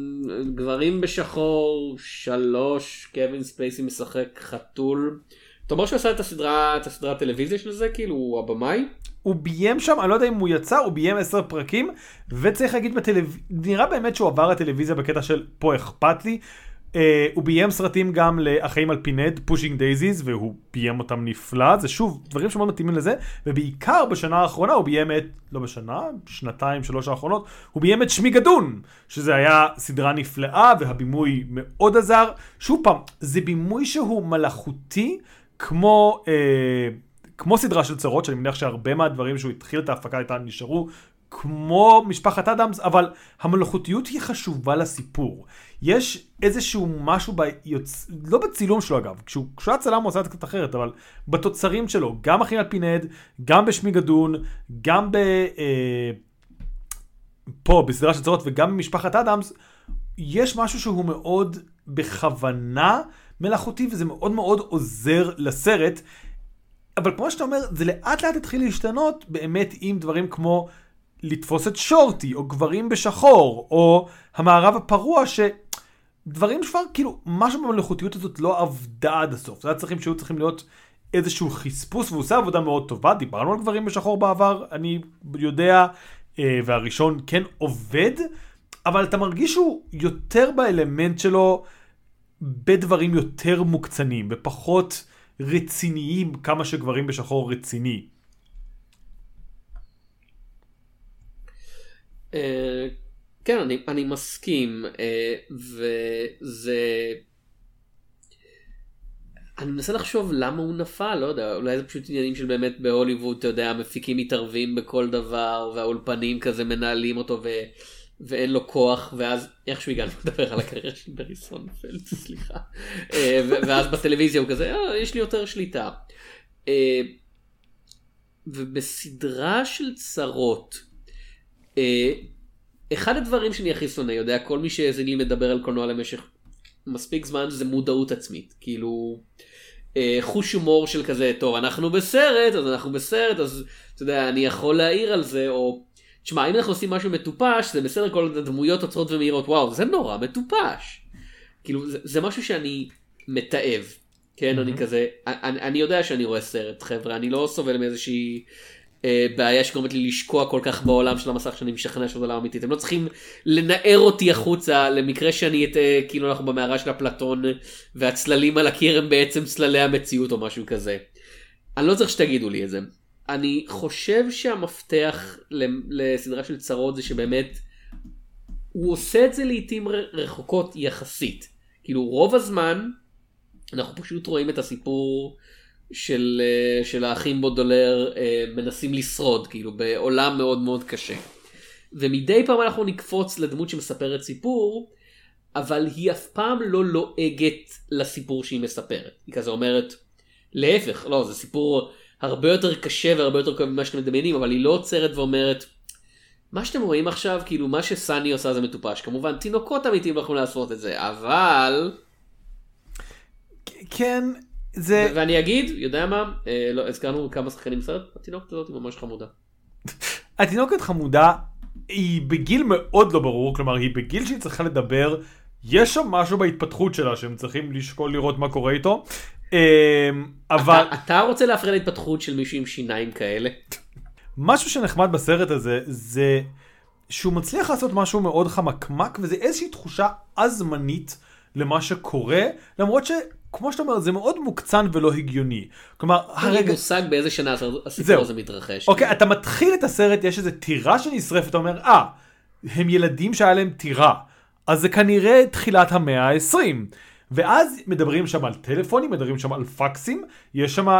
גברים בשחור, שלוש, קווין ספייסי משחק חתול. אתה אומר שהוא עשה את הסדרה, את הסדרה הטלוויזיה של זה, כאילו, הוא הבמאי? הוא ביים שם, אני לא יודע אם הוא יצא, הוא ביים עשר פרקים, וצריך להגיד בטלוויזיה, נראה באמת שהוא עבר הטלוויזיה בקטע של פה אכפת לי, Uh, הוא ביים סרטים גם לאחיים על פינד, פושינג דייזיז, והוא ביים אותם נפלא, זה שוב דברים שמאוד מתאימים לזה, ובעיקר בשנה האחרונה הוא ביים את, לא בשנה, שנתיים, שלוש האחרונות, הוא ביים את שמי גדון, שזה היה סדרה נפלאה, והבימוי מאוד עזר, שוב פעם, זה בימוי שהוא מלאכותי, כמו, uh, כמו סדרה של צרות, שאני מניח שהרבה מהדברים שהוא התחיל את ההפקה איתה נשארו, כמו משפחת אדמס, אבל המלאכותיות היא חשובה לסיפור. יש איזשהו משהו, ביוצ... לא בצילום שלו אגב, כשהוא, כשהוא היה צלם הוא עושה את קצת אחרת, אבל בתוצרים שלו, גם אחים על פינד, גם בשמי גדון, גם ב... אה... פה, בסדרה של צרות, וגם במשפחת אדמס, יש משהו שהוא מאוד בכוונה מלאכותי, וזה מאוד מאוד עוזר לסרט, אבל כמו שאתה אומר, זה לאט לאט התחיל להשתנות, באמת עם דברים כמו... לתפוס את שורטי, או גברים בשחור, או המערב הפרוע, שדברים שפר, כאילו, משהו במלאכותיות הזאת לא עבדה עד הסוף. זה היה צריכים שהיו צריכים להיות איזשהו חספוס, והוא עושה עבודה מאוד טובה. דיברנו על גברים בשחור בעבר, אני יודע, והראשון כן עובד, אבל אתה מרגיש שהוא יותר באלמנט שלו, בדברים יותר מוקצנים, ופחות רציניים, כמה שגברים בשחור רציני. כן, אני, אני מסכים, וזה... אני מנסה לחשוב למה הוא נפל, לא יודע, אולי זה פשוט עניינים של באמת בהוליווד, אתה יודע, המפיקים מתערבים בכל דבר, והאולפנים כזה מנהלים אותו, ו... ואין לו כוח, ואז איכשהו הגענו לדבר על הקריירה של ברי סוננפלד, סליחה, ואז בטלוויזיה הוא כזה, אה, יש לי יותר שליטה. ובסדרה של צרות, אחד הדברים שאני הכי שונא, יודע, כל מי שהאזין לי מדבר על קולנוע למשך מספיק זמן, זה מודעות עצמית, כאילו חוש הומור של כזה, טוב, אנחנו בסרט, אז אנחנו בסרט, אז אתה יודע, אני יכול להעיר על זה, או תשמע, אם אנחנו עושים משהו מטופש, זה בסדר, כל הדמויות עוצרות ומהירות, וואו, זה נורא מטופש, כאילו, זה, זה משהו שאני מתאב, כן, mm-hmm. אני כזה, אני, אני יודע שאני רואה סרט, חבר'ה, אני לא סובל מאיזושהי בעיה שגורמת לי לשקוע כל כך בעולם של המסך שאני משכנע שזה עולם אמיתית. הם לא צריכים לנער אותי החוצה למקרה שאני את, כאילו אנחנו במערה של אפלטון והצללים על הקיר הם בעצם צללי המציאות או משהו כזה. אני לא צריך שתגידו לי את זה. אני חושב שהמפתח לסדרה של צרות זה שבאמת הוא עושה את זה לעתים רחוקות יחסית. כאילו רוב הזמן אנחנו פשוט רואים את הסיפור של, של האחים בודולר מנסים לשרוד, כאילו בעולם מאוד מאוד קשה. ומדי פעם אנחנו נקפוץ לדמות שמספרת סיפור, אבל היא אף פעם לא לועגת לסיפור שהיא מספרת. היא כזה אומרת, להפך, לא, זה סיפור הרבה יותר קשה והרבה יותר כואב ממה שאתם מדמיינים, אבל היא לא עוצרת ואומרת, מה שאתם רואים עכשיו, כאילו מה שסני עושה זה מטופש. כמובן, תינוקות אמיתיים יכולים לעשות את זה, אבל... כן, זה... ו- ואני אגיד, יודע מה, אה, לא, הזכרנו כמה שחקנים בסרט, התינוקת הזאת היא ממש חמודה. התינוקת חמודה, היא בגיל מאוד לא ברור, כלומר, היא בגיל שהיא צריכה לדבר, יש שם משהו בהתפתחות שלה, שהם צריכים לשקול לראות מה קורה איתו, אבל... אתה, אתה רוצה להפריע להתפתחות של מישהו עם שיניים כאלה? משהו שנחמד בסרט הזה, זה שהוא מצליח לעשות משהו מאוד חמקמק, וזה איזושהי תחושה הזמנית למה שקורה, למרות שכמו שאתה אומר, זה מאוד מוקצן ולא הגיוני. כלומר, הרגע... אני מושג באיזה שנה הסיפור הזה מתרחש. אוקיי, אתה מתחיל את הסרט, יש איזו טירה שנשרפת, אתה אומר, אה, הם ילדים שהיה להם טירה, אז זה כנראה תחילת המאה ה-עשרים. ואז מדברים שם על טלפונים, מדברים שם על פקסים, יש שם... אה,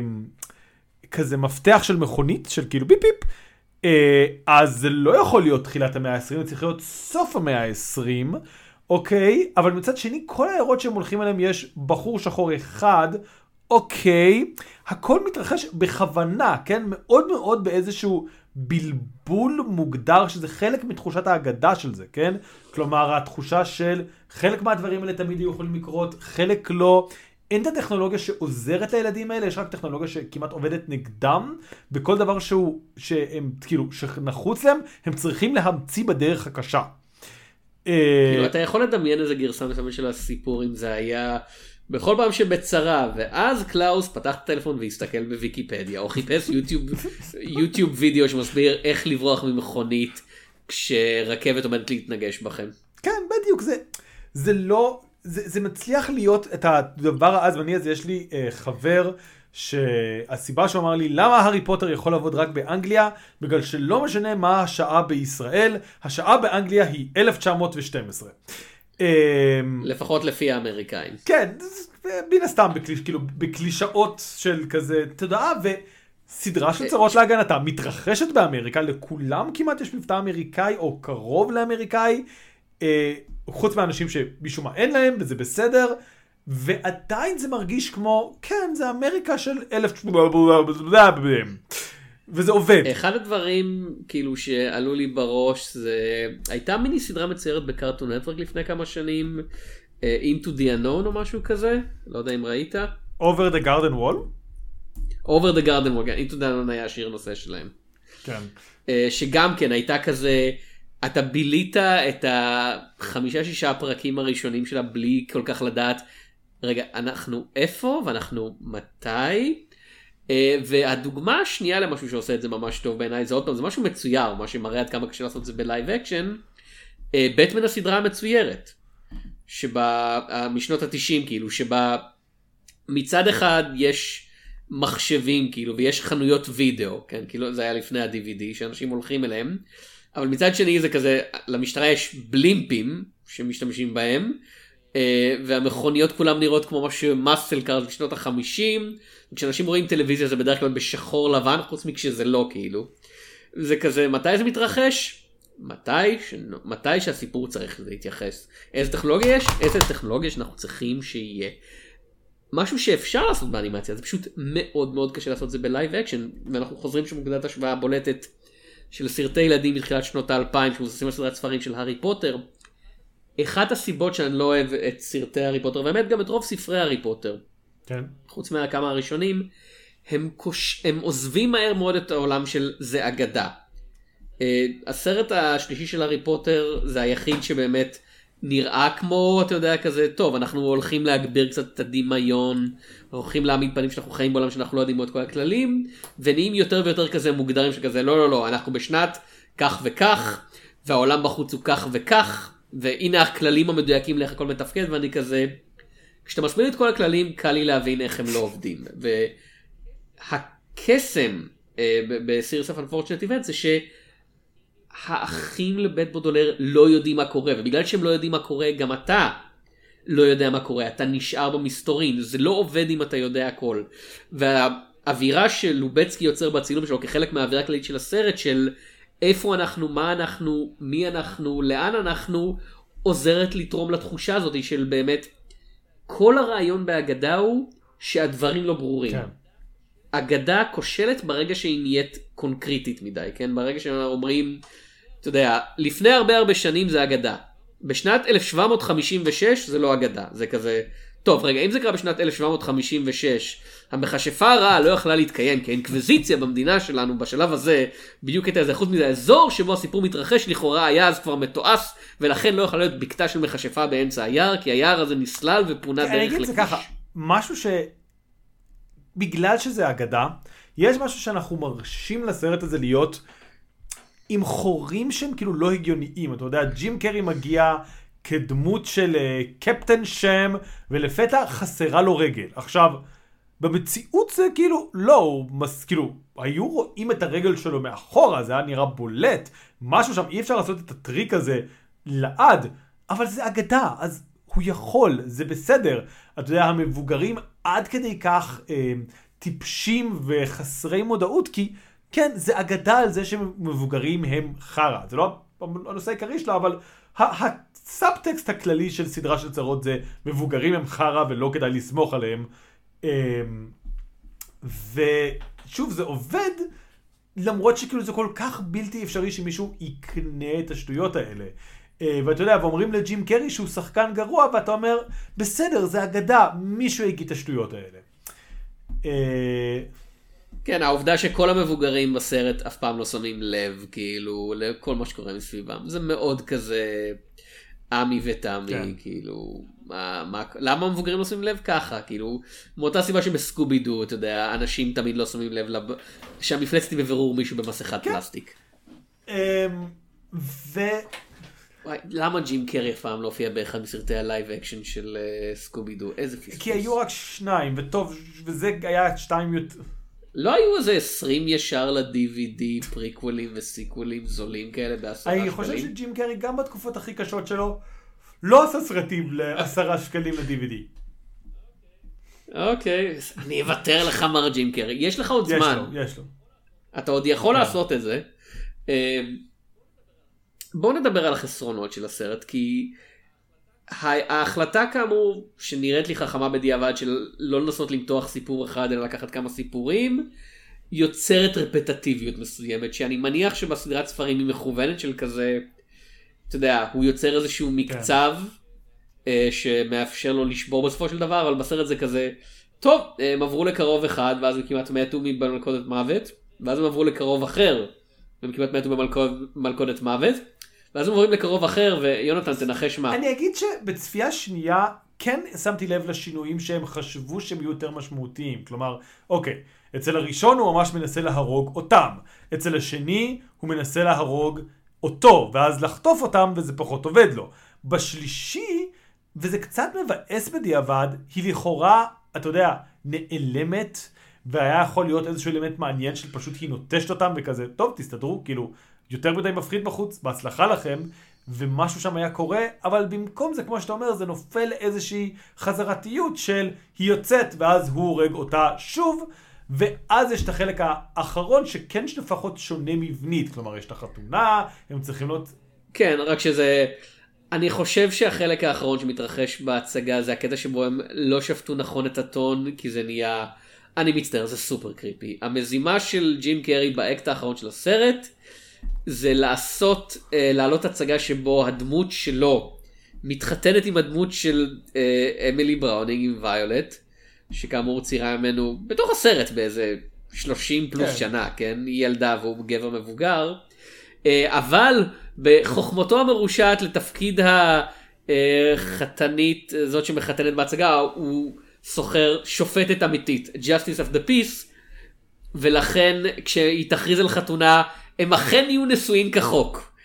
כזה מפתח של מכונית, של כאילו ביפ ביפ, אה, אז זה לא יכול להיות תחילת המאה ה-עשרים, זה צריך להיות סוף המאה ה-עשרים, אוקיי, אבל מצד שני, כל העירות שהם הולכים עליהם יש בחור שחור אחד, אוקיי, הכל מתרחש בכוונה, כן, מאוד מאוד באיזשהו בלבול מוגדר, שזה חלק מתחושת ההגדה של זה, כן, כלומר, התחושה של חלק מהדברים האלה תמיד יהיו יכולים לקרות, חלק לא, אין את הטכנולוגיה שעוזרת לילדים האלה, יש רק טכנולוגיה שכמעט עובדת נגדם, בכל דבר שהוא, שהם, כאילו, שנחוץ להם, הם צריכים להמציא בדרך הקשה. כאילו, אתה יכול לדמיין איזה גרסה מסוימת של הסיפור, אם זה היה בכל פעם שבצרה, ואז קלאוס פתח את הטלפון והסתכל בוויקיפדיה, או חיפש יוטיוב, יוטיוב וידאו שמסביר איך לברוח ממכונית, כשרכבת עומדת להתנגש בכם. כן, בדיוק, זה, זה לא... זה, זה מצליח להיות את הדבר העזמני הזה. יש לי אה, חבר שהסיבה שהוא אמר לי למה הארי פוטר יכול לעבוד רק באנגליה, בגלל שלא משנה מה השעה בישראל, השעה באנגליה היא אלף תשע מאות ושתים עשרה. אה, לפחות לפי האמריקאים. כן, בין הסתם בקליש, כאילו, בקלישאות של כזה תודעה, וסדרה של צרות להגנתה מתרחשת באמריקה, לכולם כמעט יש מבטא אמריקאי או קרוב לאמריקאי, אה, חוץ מהאנשים שמשום מה אין להם, וזה בסדר, ועדיין זה מרגיש כמו, כן, זה אמריקה של אלף... וזה עובד. אחד הדברים, כאילו, שעלו לי בראש, זה... הייתה מיני סדרה מצוירת בקארטון נטוורק לפני כמה שנים, Into the Unknown או משהו כזה, לא יודע אם ראית. Over the Garden Wall? Over the Garden Wall, Into the Unknown היה השיר נושא שלהם. כן. שגם כן, הייתה כזה... אתה בילית את החמישה שישה הפרקים הראשונים שלה בלי כל כך לדעת, רגע, אנחנו איפה ואנחנו מתי? והדוגמה השנייה למשהו שעושה את זה ממש טוב בעיניי, זה עוד פעם, זה משהו מצויר, מה שמראה עד כמה קשה לעשות את זה בלייב אקשן, בטמן הסדרה המצוירת, שבה, משנות ה-תשעים כאילו, שבה מצד אחד יש מחשבים כאילו, ויש חנויות וידאו, כן, כאילו זה היה לפני ה-די וי די, שאנשים הולכים אליהם, אבל מצד שני זה כזה, למשטרה יש בלימפים שמשתמשים בהם, והמכוניות כולם נראות כמו משהו מסל קארד בשנות החמישים, וכשאנשים רואים טלוויזיה זה בדרך כלל בשחור לבן, חוץ מכשזה לא כאילו. זה כזה, מתי זה מתרחש? מתי, ש... מתי שהסיפור צריך להתייחס. איזה טכנולוגיה יש? איזה טכנולוגיה שאנחנו צריכים שיהיה. משהו שאפשר לעשות באנימציה, זה פשוט מאוד מאוד קשה לעשות זה בלייב אקשן, ואנחנו חוזרים שמוגדת השוואה בולטת, של סרטי ילדים מתחילת שנות האלפיים שמבוססים על סדרת ספרים של הארי פוטר. אחת הסיבות שאני לא אוהב את סרטי הארי פוטר, באמת גם את רוב ספרי הארי פוטר, כן. חוץ מהכמה הראשונים, הם, קוש... הם עוזבים מהר מאוד את העולם של זה אגדה. Uh, הסרט השלישי של הארי פוטר זה היחיד שבאמת נראה כמו, אתה יודע, כזה, טוב, אנחנו הולכים להגביר קצת את הדמיון, הולכים להעמיד פנים שאנחנו חיים בעולם שאנחנו לא יודעים את כל הכללים, ונהיים יותר ויותר כזה מוגדרים שכזה, לא, לא, לא, אנחנו בשנת כך וכך, והעולם בחוץ הוא כך וכך, והנה הכללים המדויקים לאיך הכל מתפקד, ואני כזה, כשאתה מסביר את כל הכללים, קל לי להבין איך הם לא עובדים. והקסם אה, בסיריס אוף אנפורצ'נט איבנט זה ש... האחים לבית בודולר לא יודעים מה קורה, ובגלל שהם לא יודעים מה קורה, גם אתה לא יודע מה קורה, אתה נשאר במסתורין, זה לא עובד אם אתה יודע הכל. והאווירה של לובצקי יוצר בצילום שלו כחלק מהאווירה הכללית של הסרט של איפה אנחנו, מה אנחנו, מי אנחנו, לאן אנחנו, עוזרת לתרום לתחושה הזאת של באמת, כל הרעיון בהגדה הוא שהדברים לא ברורים. כן. אגדה כושלת ברגע שהיא נהיית קונקריטית מדי, כן? ברגע שאומרים, אתה יודע, לפני הרבה הרבה שנים זה אגדה. בשנת אלף שבע מאות חמישים ושש זה לא אגדה, זה כזה, טוב רגע, אם זה קרה בשנת אלף שבע מאות חמישים ושש, המכשפה הרעה לא יכלה להתקיים, כי האינקוויזיציה במדינה שלנו בשלב הזה, בדיוק את האזרחות מזה, האזור שבו הסיפור מתרחש לכאורה היה אז כבר מתועש, ולכן לא יכולה להיות בקתה של מכשפה באמצע היער, כי היער הזה נסלל ופונה דרך לכביש. זה ככה, משהו ש... בגלל שזה אגדה, יש משהו שאנחנו מרשים לסרט הזה להיות עם חורים שהם כאילו לא הגיוניים. אתה יודע, ג'ים קרי מגיע כדמות של קפטן שם, ולפתע חסרה לו רגל. עכשיו, במציאות זה כאילו, לא, מס, כאילו, היו רואים את הרגל שלו מאחורה, זה היה נראה בולט, משהו שם, אי אפשר לעשות את הטריק הזה לעד, אבל זה אגדה, אז הוא יכול, זה בסדר. אתה יודע, המבוגרים עד כדי כך אה, טיפשים וחסרי מודעות, כי כן, זה אגדה על זה שמבוגרים הם חרה. זה לא הנושא העיקרי שלה, אבל הסאבטקסט הכללי של סדרה של סדרות זה מבוגרים הם חרה ולא כדאי לסמוך עליהם. ושוב, זה עובד, למרות שכאילו זה כל כך בלתי אפשרי שמישהו יקנה את השטויות האלה. ואתה יודע, ואומרים לג'ים קרי שהוא שחקן גרוע, ואתה אומר, בסדר, זה אגדה, מישהו יגיד את השטויות האלה. כן, העובדה שכל המבוגרים בסרט אף פעם לא שמים לב, כאילו, לכל מה שקורה מסביבם. זה מאוד כזה עמי ותמי, כן. כאילו, מה, מה, למה המבוגרים לא שמים לב ככה? כאילו, מאותה סיבה שבסקובידו, אתה יודע, אנשים תמיד לא שמים לב, לב... שהמפלצת היא בבירור מישהו במסכת כן. פלסטיק. ו... וואי, למה ג'ים קרי אף פעם לא הופיע באחד מסרטי הלייב אקשן של uh, סקובידו? איזה פספוס. כי היו רק שניים, וטוב, וזה היה שתיים יותר... לא היו איזה עשרים ישר ל-די וי די, פריקוולים וסיקוולים זולים כאלה בעשרה שקלים? אני חושב שג'ים קרי גם בתקופות הכי קשות שלו, לא עשה סרטים לעשרה שקלים ל-די וי די. אוקיי, אני אוותר לך מר ג'ים קרי. יש לך עוד זמן. יש לו, יש לו. אתה עוד יכול לעשות את זה. בואו נדבר על החסרונות של הסרט, כי ההחלטה כאמור שנראית לי חכמה בדיעבד של לא לנסות למתוח סיפור אחד אלא לקחת כמה סיפורים, יוצרת רפטטיביות מסוימת, שאני מניח שבסדרת ספרים היא מכוונת של כזה, אתה יודע, הוא יוצר איזשהו מקצב כן. שמאפשר לו לשבור בסופו של דבר, אבל בסרט זה כזה, טוב, הם עברו לקרוב אחד ואז הם כמעט מתו במלכודת מוות, ואז הם עברו לקרוב אחר והם כמעט מתו במלכודת מוות, ואז הם עוברים לקרוב אחר, ויונתן תנחש מה. אני אגיד שבצפייה שנייה, כן שמתי לב לשינויים שהם חשבו שהם יהיו יותר משמעותיים. כלומר, אוקיי, אצל הראשון הוא ממש מנסה להרוג אותם. אצל השני הוא מנסה להרוג אותו, ואז לחטוף אותם, וזה פחות עובד לו. בשלישי, וזה קצת מבאס בדיעבד, היא לכאורה, אתה יודע, נעלמת, והיה יכול להיות איזשהו אלמנט מעניין של פשוט היא נוטשת אותם, וכזה, טוב, תסתדרו, כאילו, יותר מדי מפחיד בחוץ, בהצלחה לכם, ומשהו שם היה קורה, אבל במקום זה, כמו שאתה אומר, זה נופל איזושהי חזרתיות של היא יוצאת, ואז הוא הורג אותה שוב, ואז יש את החלק האחרון, שכן לפחות שונה מבנית, כלומר, יש את החתונה, הם צריכים להיות... כן, רק שזה... אני חושב שהחלק האחרון שמתרחש בהצגה, זה הקטע שבו הם לא שפטו נכון את הטון, כי זה נהיה... אני מצטער, זה סופר קריפי. המזימה של ג'ים קרי באקט האחרון של הסרט, זה לעשות, אה, לעלות הצגה שבו הדמות שלו מתחתנת עם הדמות של אה, אמילי בראונינג עם ויולט, שכאמור ציירה ממנו בתוך הסרט באיזה שלושים פלוס כן. שנה, כן? היא ילדה והוא גבר מבוגר, אה, אבל בחוכמתו המרושעת לתפקיד החתנית, זאת שמחתנת בהצגה, הוא סוחר שופטת אמיתית, Justice of the Peace, ולכן כשהיא תכריז על חתונה, הם אכן יהיו נשואים כחוק.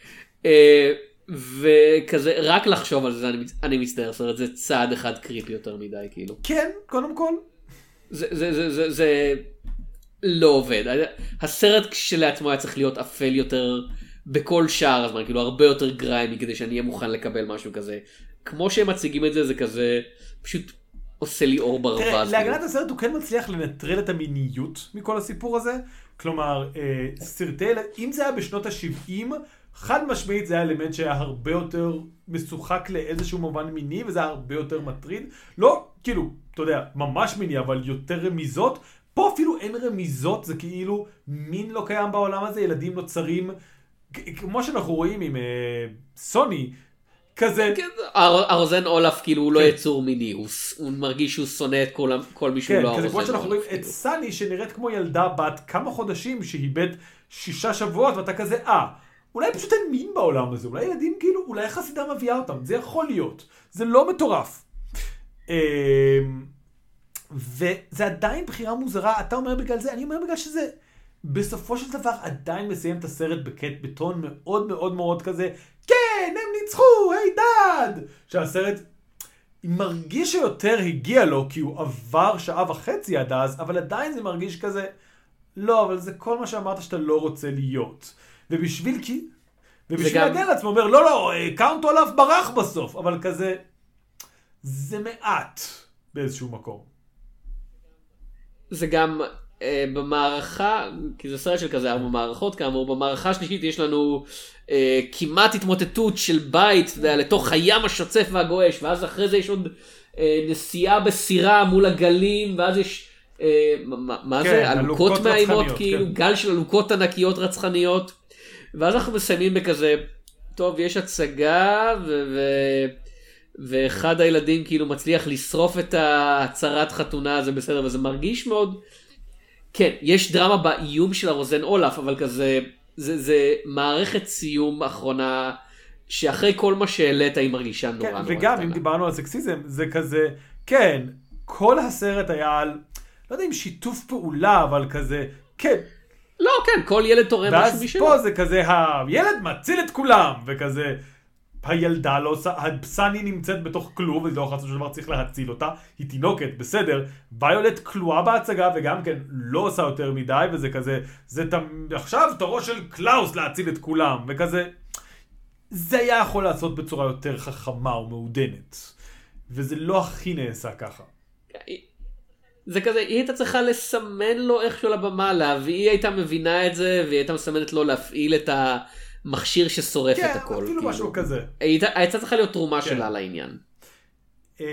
וכזה, רק לחשוב על זה, אני, אני מצטער, זאת אומרת, זה צעד אחד קריפי יותר מדי, כאילו. כן, קודם כל. זה, זה, זה, זה, זה לא עובד. הסרט כשלעצמו היה צריך להיות אפל יותר בכל שער הזמן, כאילו הרבה יותר גריימי, כדי שאני אהיה מוכן לקבל משהו כזה. כמו שהם מציגים את זה, זה כזה, פשוט עושה לי אור ברווז. תראה, להגנת הסרט הוא כן מצליח לנטרל את המיניות מכל הסיפור הזה. כלומר, סרטי, אם זה היה בשנות ה-שבעים, חד משמעית זה היה אלמנט שהיה הרבה יותר משוחק לאיזשהו מובן מיני, וזה היה הרבה יותר מטריד. לא, כאילו, אתה יודע, ממש מיני, אבל יותר רמיזות. פה אפילו אין רמיזות, זה כאילו מין לא קיים בעולם הזה, ילדים נוצרים, כמו שאנחנו רואים עם סוני, כזה... הרוזן אולף כאילו הוא לא יצור מיני, הוא מרגיש שהוא שונא את כל מי שהוא לא הרוזן אולף. כן, כזה כמו שאנחנו רואים את סני שנראית כמו ילדה בת כמה חודשים שאיבד שישה שבועות, ואתה כזה, אה, אולי פשוט אין מין בעולם הזה, אולי ילדים כאילו, אולי חסידה מביאה אותם, זה יכול להיות, זה לא מטורף. וזה עדיין בחירה מוזרה, אתה אומר בגלל זה, אני אומר בגלל שזה בסופו של דבר עדיין מסיים את הסרט בקט בטון מאוד מאוד מאוד כזה, כן, הם ניצחו, היי דד! שהסרט מרגיש שיותר הגיע לו, כי הוא עבר שעה וחצי עד אז, אבל עדיין זה מרגיש כזה, לא, אבל זה כל מה שאמרת שאתה לא רוצה להיות. ובשביל כי... ובשביל גם... להגן לעצמו, אומר, לא, לא, קאונט אולף ברח בסוף, אבל כזה, זה מעט באיזשהו מקום. זה גם אה, במערכה, כי זה סרט של כזה ארבע מערכות כאמור, במערכה השלישית יש לנו אה, כמעט התמוטטות של בית, אתה יודע, לתוך הים השוצף והגועש, ואז אחרי זה יש עוד אה, נסיעה בסירה מול הגלים, ואז יש, אה, מה, מה כן, זה? אלוקות מאיימות, כאילו, כן. גל של אלוקות ענקיות רצחניות, ואז אנחנו מסיימים בכזה, טוב, יש הצגה, ו... ו... ואחד הילדים כאילו מצליח לשרוף את הצהרת חתונה, זה בסדר, וזה מרגיש מאוד, כן, יש דרמה באיום של הרוזן אולף, אבל כזה, זה, זה מערכת סיום אחרונה, שאחרי כל מה שהעלית היא מרגישה נורא כן, נורא. וגם אם דיברנו על סקסיזם, זה כזה, כן, כל הסרט היה על, לא יודע אם שיתוף פעולה, אבל כזה, כן. לא, כן, כל ילד תורם משהו משלו. ואז פה זה כזה, הילד מציל את כולם, וכזה, הילדה לא עושה, הסני נמצאת בתוך כלוב, וזה לא חצי דבר צריך להציל אותה, היא תינוקת, בסדר, ויולט כלואה בהצגה, וגם כן לא עושה יותר מדי, וזה כזה, זה עכשיו תורו של קלאוס להציל את כולם, וכזה, זה היה יכול לעשות בצורה יותר חכמה ומעודנת, וזה לא הכי נעשה ככה. זה כזה, היא הייתה צריכה לסמן לו איכשהו לבמה, להביא, היא הייתה מבינה את זה, והיא הייתה מסמנת לו להפעיל את ה... מכשיר ששורף כן, את הכל. כן, אפילו משהו כזה. הייתה צריכה להיות תרומה כן. שלה לעניין. אה.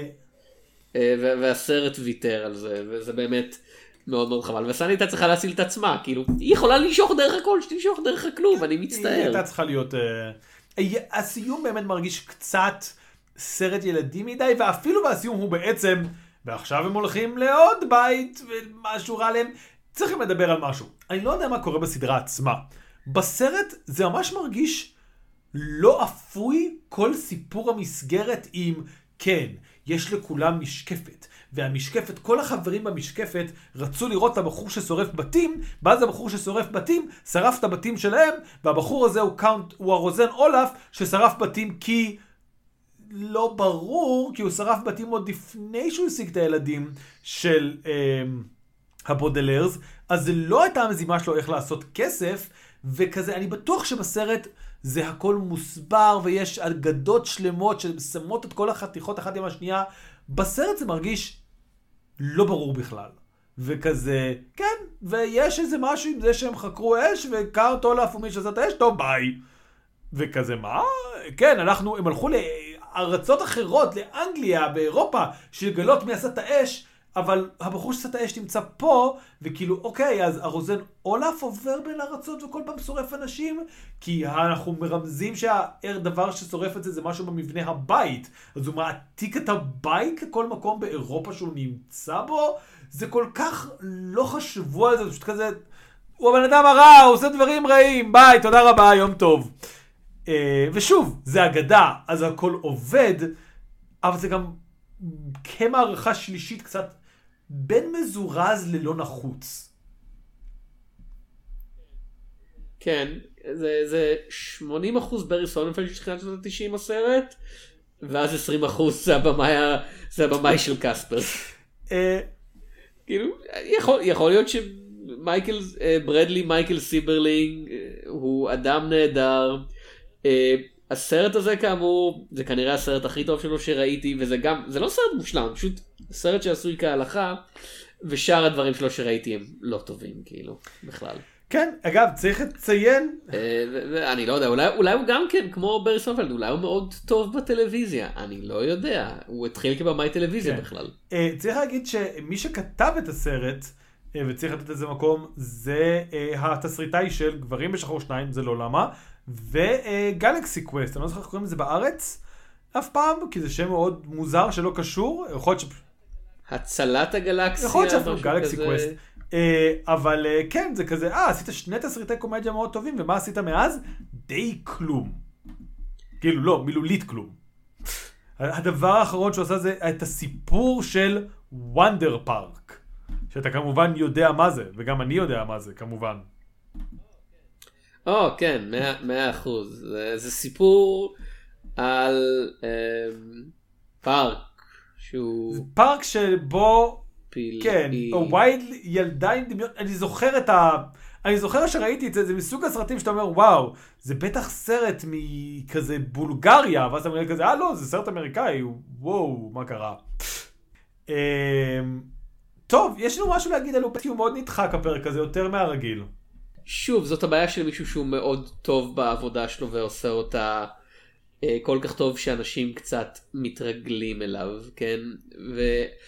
והסרט ויתר על זה, וזה באמת מאוד מאוד חבל. וסני הייתה צריכה להציל את עצמה, כאילו, היא יכולה לנשוך דרך הכל, שתנשוך דרך הכלוב, אני מצטער. היא הייתה צריכה להיות... הסיום באמת מרגיש קצת סרט ילדים מדי, ואפילו בסיום הוא בעצם, ועכשיו הם הולכים לעוד בית, ומשהו רע להם. צריכים לדבר על משהו. אני לא יודע מה קורה בסדרה עצמה. בסרט זה ממש מרגיש לא אפוי כל סיפור המסגרת עם כן, יש לכולם משקפת, והמשקפת, כל החברים במשקפת רצו לראות את הבחור ששורף בתים, ואז הבחור ששורף בתים שרף את הבתים שלהם, והבחור הזה הוא, קאונט, הוא הרוזן אולף ששרף בתים כי לא ברור, כי הוא שרף בתים עוד לפני שהוא השיג את הילדים של אה, הבודלרס, אז זה לא הייתה המזימה שלו איך לעשות כסף, וכזה, אני בטוח שבסרט זה הכל מוסבר, ויש אגדות שלמות ששמות את כל החתיכות אחת עם השנייה. בסרט זה מרגיש לא ברור בכלל. וכזה, כן, ויש איזה משהו עם זה שהם חקרו אש, וקאונט אולף ומי שעשה את האש, טוב, ביי. וכזה, מה? כן, אנחנו, הם הלכו לארצות אחרות, לאנגליה, באירופה, שגלות מי עשה את האש, אבל הבחור שעשה את האש נמצא פה, וכאילו, אוקיי, אז הרוזן אולף עובר בין ארצות וכל פעם שורף אנשים, כי אנחנו מרמזים שהדבר ששורף את זה זה משהו במבנה הבית. אז הוא מעתיק את הבית לכל מקום באירופה שהוא נמצא בו, זה כל כך לא חשבו על זה, זה פשוט כזה, הוא הבן אדם הרע, הוא עושה דברים רעים, ביי, תודה רבה, יום טוב. ושוב, זה אגדה, אז הכל עובד, אבל זה גם כמערכה שלישית קצת בין מזורז ללא נחוץ. כן, זה, זה שמונים אחוז ברי סוננפלד שתחילת שנות ה-תשעים הסרט, ואז עשרים אחוז זה הבמאי, זה הבמאי של קספר. כאילו, יכול, יכול להיות שמייקל, ברדלי מייקל סיברלינג הוא אדם נהדר, הסרט הזה כאמור, זה כנראה הסרט הכי טוב שלו שראיתי, וזה גם, זה לא סרט מושלם, פשוט סרט שעשוי כהלכה, ושאר הדברים שלו שראיתי הם לא טובים, כאילו, בכלל. כן, אגב, צריך לציין... אני לא יודע, אולי, אולי הוא גם כן, כמו ברי סונפלד, אולי הוא מאוד טוב בטלוויזיה, אני לא יודע, הוא התחיל כבמאי טלוויזיה כן. בכלל. צריך להגיד שמי שכתב את הסרט, וצריך לתת לזה מקום, זה התסריטאי של גברים בשחור שניים, זה לא למה, וגלקסי קווסט, אני לא זוכר איך קוראים לזה בארץ, אף פעם, כי זה שם מאוד מוזר שלא קשור, יכול להיות ש... הצלת הגלקסיה, יכול להיות שאפילו גלקסי קווסט. אבל כן, זה כזה, אה, עשית שני תסריטי קומדיה מאוד טובים, ומה עשית מאז? די כלום. כאילו, לא, מילולית כלום. הדבר האחרון שהוא עשה זה את הסיפור של וונדר פארק, שאתה כמובן יודע מה זה, וגם אני יודע מה זה, כמובן. או, כן, מאה אחוז. זה סיפור על פארק, שהוא... זה פארק שבו... פיל... כן, ווייד ילדה עם דמיון, אני זוכר את ה... אני זוכר שראיתי את זה, זה מסוג הסרטים שאתה אומר, וואו, זה בטח סרט מכזה בולגריה, ואז אתה אומר כזה, אה לא, זה סרט אמריקאי, וואו, מה קרה? טוב, יש לנו משהו להגיד על לופטי, הוא מאוד נדחק הפרק הזה, יותר מהרגיל. שוב, זאת הבעיה של מישהו שהוא מאוד טוב בעבודה שלו, ועושה אותה כל כך טוב שאנשים קצת מתרגלים אליו, כן? ו...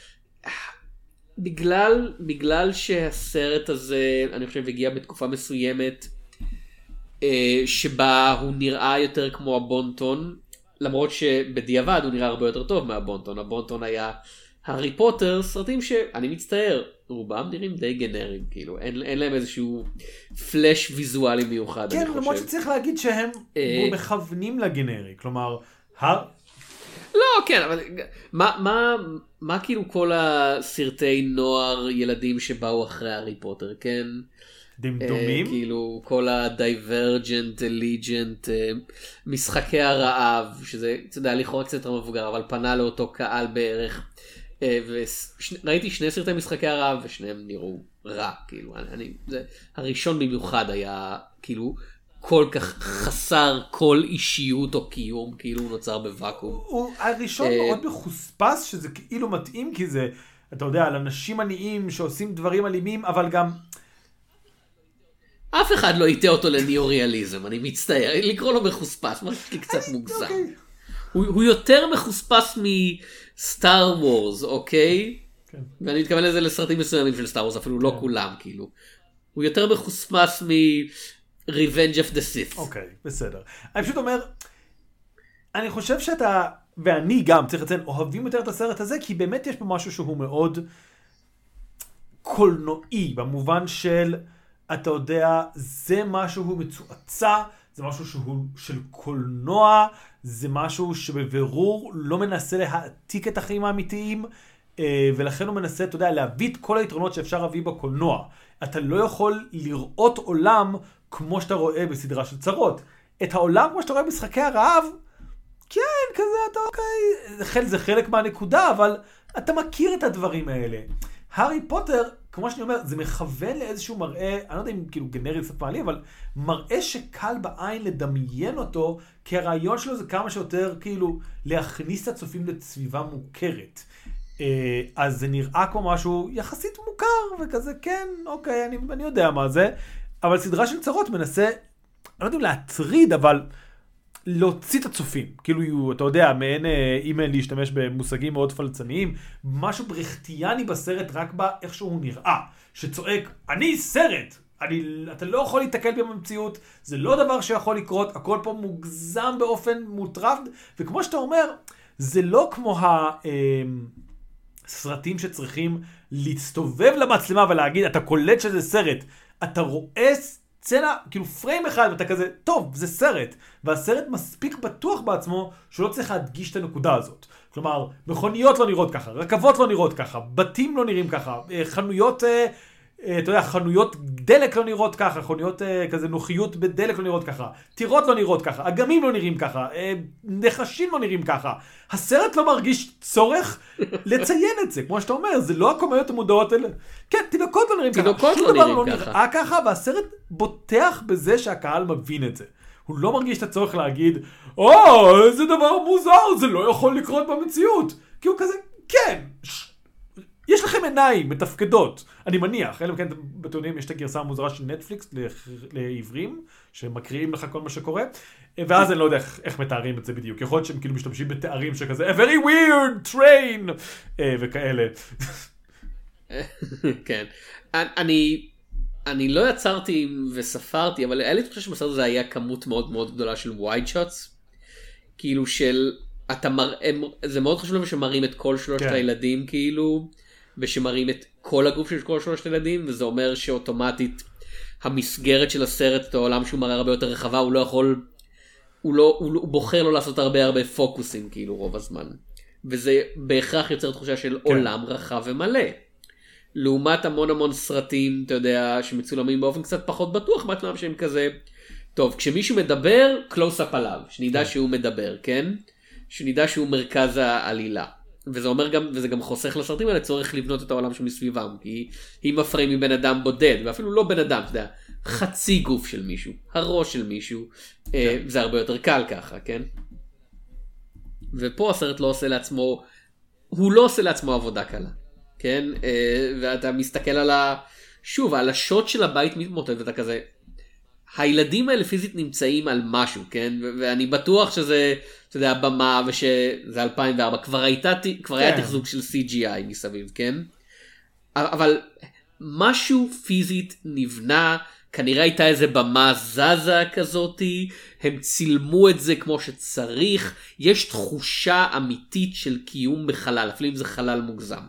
בגלל, בגלל שהסרט הזה, אני חושב, הגיע בתקופה מסוימת, אה, שבה הוא נראה יותר כמו הבונטון, למרות שבדיעבד הוא נראה הרבה יותר טוב מהבונטון. הבונטון היה הארי פוטר, סרטים שאני מצטער, רובם נראים די גנריים, כאילו, אין, אין להם איזשהו פלש ויזואלי מיוחד, כן, אני חושב. למרות שצריך להגיד שהם אה... מכוונים לגנרי, כלומר, הר... לא, כן, אבל מה, מה, מה כאילו כל הסרטי נוער ילדים שבאו אחרי הארי פוטר, כן? דמדומים? Uh, כאילו כל הדייברג'נט, אליג'נט, uh, משחקי הרעב, שזה, אתה יודע, לכאורה קצת יותר מבוגר, אבל פנה לאותו קהל בערך. Uh, וראיתי שני סרטי משחקי הרעב, ושניהם נראו רע, כאילו, אני, אני, זה, הראשון במיוחד היה, כאילו, כל כך חסר כל אישיות או קיום, כאילו הוא נוצר בוואקום. הראשון מאוד מחוספס, שזה כאילו מתאים, כי זה, אתה יודע, על אנשים עניים שעושים דברים אלימים, אבל גם... אף אחד לא ייתה אותו לניאו-ריאליזם, אני מצטער, לקרוא לו מחוספס, מרגיש לי קצת מוגזם. הוא יותר מחוספס מסטאר וורס, אוקיי? ואני מתכוון לזה לסרטים מסוימים של סטאר וורס, אפילו לא כולם, כאילו. הוא יותר מחוספס מ... Revenge of the Sith. אוקיי, בסדר. אני פשוט אומר, אני חושב שאתה, ואני גם צריך לציין, אוהבים יותר את הסרט הזה, כי באמת יש פה משהו שהוא מאוד קולנועי, במובן של, אתה יודע, זה משהו מצועצע, זה משהו שהוא של קולנוע, זה משהו שבבירור לא מנסה להעתיק את החיים האמיתיים, ולכן הוא מנסה, אתה יודע, להביא את כל היתרונות שאפשר להביא בקולנוע. אתה לא יכול לראות עולם כמו שאתה רואה בסדרה של צרות. את העולם כמו שאתה רואה במשחקי הרעב, כן, כזה, אתה אוקיי, זה חלק מהנקודה, אבל אתה מכיר את הדברים האלה. הארי פוטר, כמו שאני אומר, זה מכוון לאיזשהו מראה, אני לא יודע אם כאילו גנרי קצת מעלי, אבל מראה שקל בעין לדמיין אותו, כי הרעיון שלו זה כמה שיותר כאילו להכניס את הצופים לסביבה מוכרת. אז זה נראה כמו משהו יחסית מוכר, וכזה, כן, אוקיי, אני, אני יודע מה זה, אבל סדרה של צרות מנסה, אני לא יודע אם להטריד, אבל להוציא את הצופים. כאילו, אתה יודע, מעין אימייל להשתמש במושגים מאוד פלצניים, משהו ברכתיאני בסרט רק באיך שהוא נראה, שצועק, אני סרט, אני, אתה לא יכול להתקל בי במציאות, זה לא דבר שיכול לקרות, הכל פה מוגזם באופן מוטרף, וכמו שאתה אומר, זה לא כמו ה... סרטים שצריכים להסתובב למצלמה ולהגיד, אתה קולט שזה סרט, אתה רואה סצנה, כאילו פריים אחד, ואתה כזה, טוב, זה סרט, והסרט מספיק בטוח בעצמו, שלא צריך להדגיש את הנקודה הזאת. כלומר, מכוניות לא נראות ככה, רכבות לא נראות ככה, בתים לא נראים ככה, חנויות, אתה יודע, חנויות דלק לא נראות ככה, חנויות כזה נוחיות בדלק לא נראות ככה, טירות לא נראות ככה, אגמים לא נראים ככה, נחשים לא נראים ככה. הסרט לא מרגיש צורך לציין את זה, כמו שאתה אומר, זה לא הקומדיות המודעות האלה. כן, תינוקות לא נראים ככה, תינוקות שום לא דבר נראים לא ככה. נראה ככה, והסרט בוטח בזה שהקהל מבין את זה. הוא לא מרגיש את הצורך להגיד, או, זה דבר מוזר, זה לא יכול לקרות במציאות. כי הוא כזה, כן, ש... יש לכם עיניים מתפקדות, אני מניח, אלא כן בטונים יש את הגרסה המוזרה של נטפליקס לעברים, שמקריאים לך כל מה שקורה, ואז אני לא יודע איך, איך מתארים את זה בדיוק, יכול להיות שהם כאילו משתמשים בתארים שכזה, a very weird train, וכאלה. כן, אני, אני לא יצרתי וספרתי, אבל היה לי תחושה שבסרט הזה היה כמות מאוד מאוד גדולה של wide shots, כאילו של, אתה מראה, זה מאוד חשוב לנו שמראים את כל שלושת כן. הילדים כאילו, ושמראים את כל הגוף של כל שלושת הילדים, וזה אומר שאוטומטית המסגרת של הסרט, את העולם שהוא מראה הרבה יותר רחבה, הוא לא יכול, הוא, לא, הוא, הוא בוחר לא לעשות הרבה הרבה פוקוסים כאילו רוב הזמן. וזה בהכרח יוצר תחושה של כן. עולם רחב ומלא. לעומת המון המון סרטים, אתה יודע, שמצולמים באופן קצת פחות בטוח, מהתנועה שהם כזה, טוב, כשמישהו מדבר, קלוס-אפ עליו, שנדע כן. שהוא מדבר, כן? שנדע שהוא מרכז העלילה. וזה אומר גם, וזה גם חוסך לסרטים האלה צורך לבנות את העולם שמסביבם, כי היא מפריעים מבן אדם בודד, ואפילו לא בן אדם, אתה יודע, חצי גוף של מישהו, הראש של מישהו, כן. זה הרבה יותר קל ככה, כן? ופה הסרט לא עושה לעצמו, הוא לא עושה לעצמו עבודה קלה, כן? ואתה מסתכל על ה... שוב, על השוט של הבית מתמוטט, ואתה כזה, הילדים האלה פיזית נמצאים על משהו, כן? ואני בטוח שזה, אתה יודע, הבמה, ושזה אלפיים וארבע, כבר הייתה, כבר היה תחזוק של סי ג'י איי מסביב, כן? אבל משהו פיזית נבנה, כנראה הייתה איזה במה זזה כזאתי, הם צילמו את זה כמו שצריך, יש תחושה אמיתית של קיום בחלל, אפילו אם זה חלל מוגזם.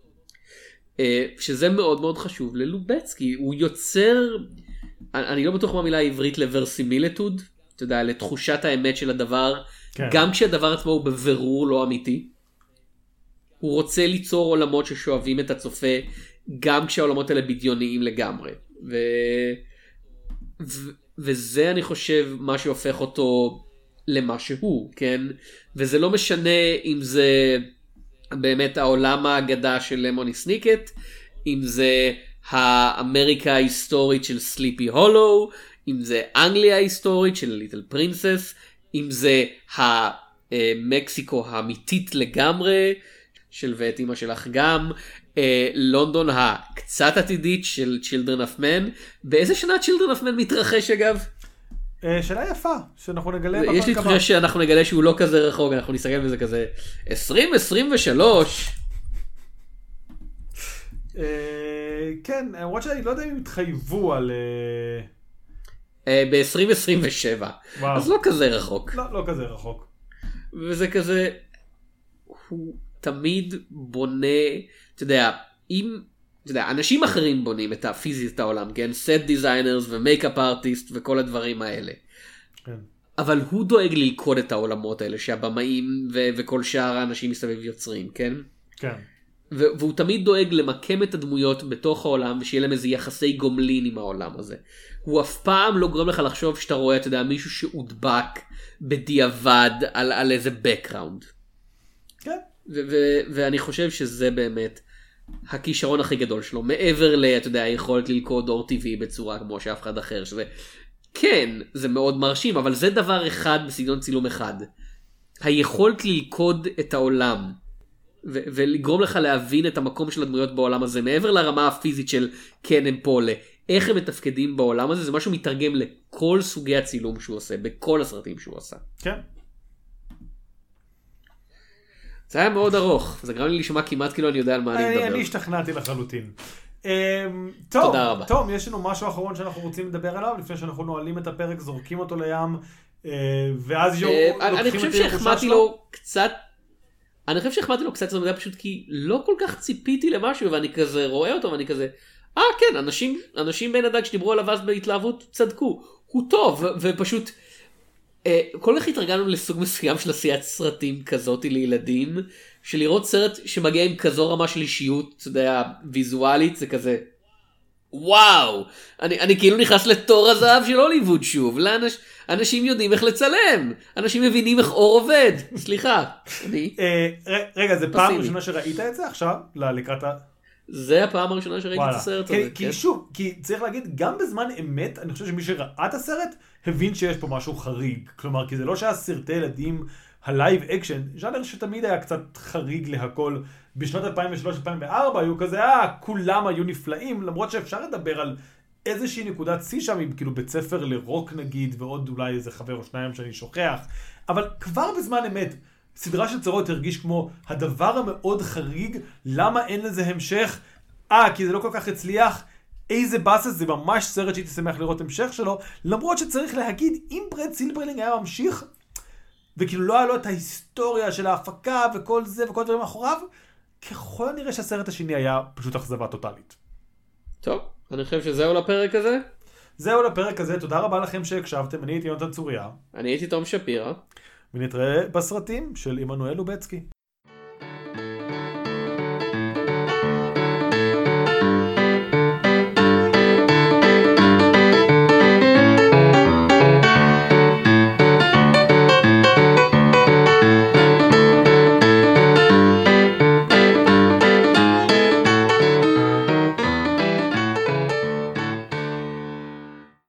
שזה מאוד מאוד חשוב ללובצקי, הוא יוצר... אני לא בטוח מה המילה העברית לוורסימילטוד, אתה יודע, לתחושת האמת של הדבר, כן. גם כשהדבר עצמו הוא בבירור לא אמיתי. הוא רוצה ליצור עולמות ששואבים את הצופה, גם כשהעולמות האלה בדיוניים לגמרי. ו... ו... וזה אני חושב מה שהופך אותו למה שהוא, כן? וזה לא משנה אם זה באמת העולם האגדה של למוני סניקט, אם זה... האמריקה ההיסטורית של סליפי הולו, אם זה אנגליה ההיסטורית של ליטל פרינסס, אם זה המקסיקו האמיתית לגמרי של ואת אמא שלך גם, לונדון הקצת עתידית של Children of Men. באיזה שנה Children of Men מתרחש אגב? שאלה יפה, שאנחנו נגלה. יש לי תחושה שאנחנו נגלה שהוא לא כזה רחוק, אנחנו נסתכל בזה כזה עשרים עשרים ושלוש. כן, למרות שאני לא יודע אם הם התחייבו על... ב-עשרים עשרים ושבע, אז לא כזה רחוק. לא, לא כזה רחוק. וזה כזה, הוא תמיד בונה, אתה יודע, אם, אתה יודע, אנשים אחרים בונים את הפיזית את העולם, כן? סט דיזיינרס ומייקאפ ארטיסט וכל הדברים האלה. כן. אבל הוא דואג ללכוד את העולמות האלה, שהבמאים ו- וכל שאר האנשים מסביב יוצרים, כן? כן. והוא תמיד דואג למקם את הדמויות בתוך העולם, ושיהיה להם איזה יחסי גומלין עם העולם הזה. הוא אף פעם לא גורם לך לחשוב שאתה רואה, אתה יודע, מישהו שהודבק בדיעבד על, על איזה background. כן. ו- ו- ואני חושב שזה באמת הכישרון הכי גדול שלו, מעבר ל, אתה יודע, היכולת ללכוד אור טבעי בצורה כמו שאף אחד אחר, שזה, כן, זה מאוד מרשים, אבל זה דבר אחד בסגנון צילום אחד. היכולת ללכוד את העולם, ו- ולגרום לך להבין את המקום של הדמויות בעולם הזה, מעבר לרמה הפיזית של כן הם פה, איך הם מתפקדים בעולם הזה, זה משהו מתרגם לכל סוגי הצילום שהוא עושה, בכל הסרטים שהוא עשה. כן. זה היה מאוד ארוך, זה גרם לי לשמוע כמעט כאילו אני יודע על מה אני מדבר. אני השתכנעתי לחלוטין. תודה רבה. טוב, יש לנו משהו אחרון שאנחנו רוצים לדבר עליו, לפני שאנחנו נועלים את הפרק, זורקים אותו לים, ואז לוקחים את הירושה שלו. קצת אני חושב שהחמאתי לו קצת, זה מדע פשוט כי לא כל כך ציפיתי למשהו, ואני כזה רואה אותו, ואני כזה, אה כן, אנשים, אנשים בין הדג שדיברו עליו אז בהתלהבות צדקו, הוא טוב, ו- ופשוט, אה, כל כך התרגלנו לסוג מסוים של עשיית סרטים כזאת לילדים, שלראות סרט שמגיע עם כזו רמה של אישיות, אתה יודע, ויזואלית, זה כזה, וואו, אני, אני כאילו נכנס לתור הזהב של הוליווד שוב, לאנש, אנשים יודעים איך לצלם, אנשים מבינים איך אור עובד, סליחה. אני... רגע, זה פעם ראשונה שראית את זה עכשיו? לקראת ה... זה הפעם הראשונה שראיתי את הסרט הזה. כי שוב, כי צריך להגיד, גם בזמן אמת, אני חושב שמי שראה את הסרט, הבין שיש פה משהו חריג. כלומר, כי זה לא שהסרטי ילדים, הלייב אקשן, ז'אנר שתמיד היה קצת חריג להכל. בשנות אלפיים ושלוש אלפיים וארבע היו כזה, אה, כולם היו נפלאים, למרות שאפשר לדבר על איזושהי נקודת שיא שם, עם כאילו בית ספר לרוק נגיד, ועוד אולי איזה חבר או שניים שאני שוכח. אבל כבר בזמן אמת, סדרה של צרות הרגיש כמו הדבר המאוד חריג, למה אין לזה המשך? אה, כי זה לא כל כך הצליח. איזה בסס, זה ממש סרט שהייתי שמח לראות המשך שלו, למרות שצריך להגיד, אם ברד סילברלינג היה ממשיך, וכאילו לא היה לו את ההיסטוריה של ההפקה וכל זה וכל דברים מאחוריו, ככל הנראה שהסרט השני היה פשוט אכזבה טוטלית. טוב, אני חושב שזהו לפרק הזה. זהו לפרק הזה, תודה רבה לכם שהקשבתם, אני הייתי יונתן צוריה. אני הייתי תום שפירא. ונתראה בסרטים של עמנואל לובצקי.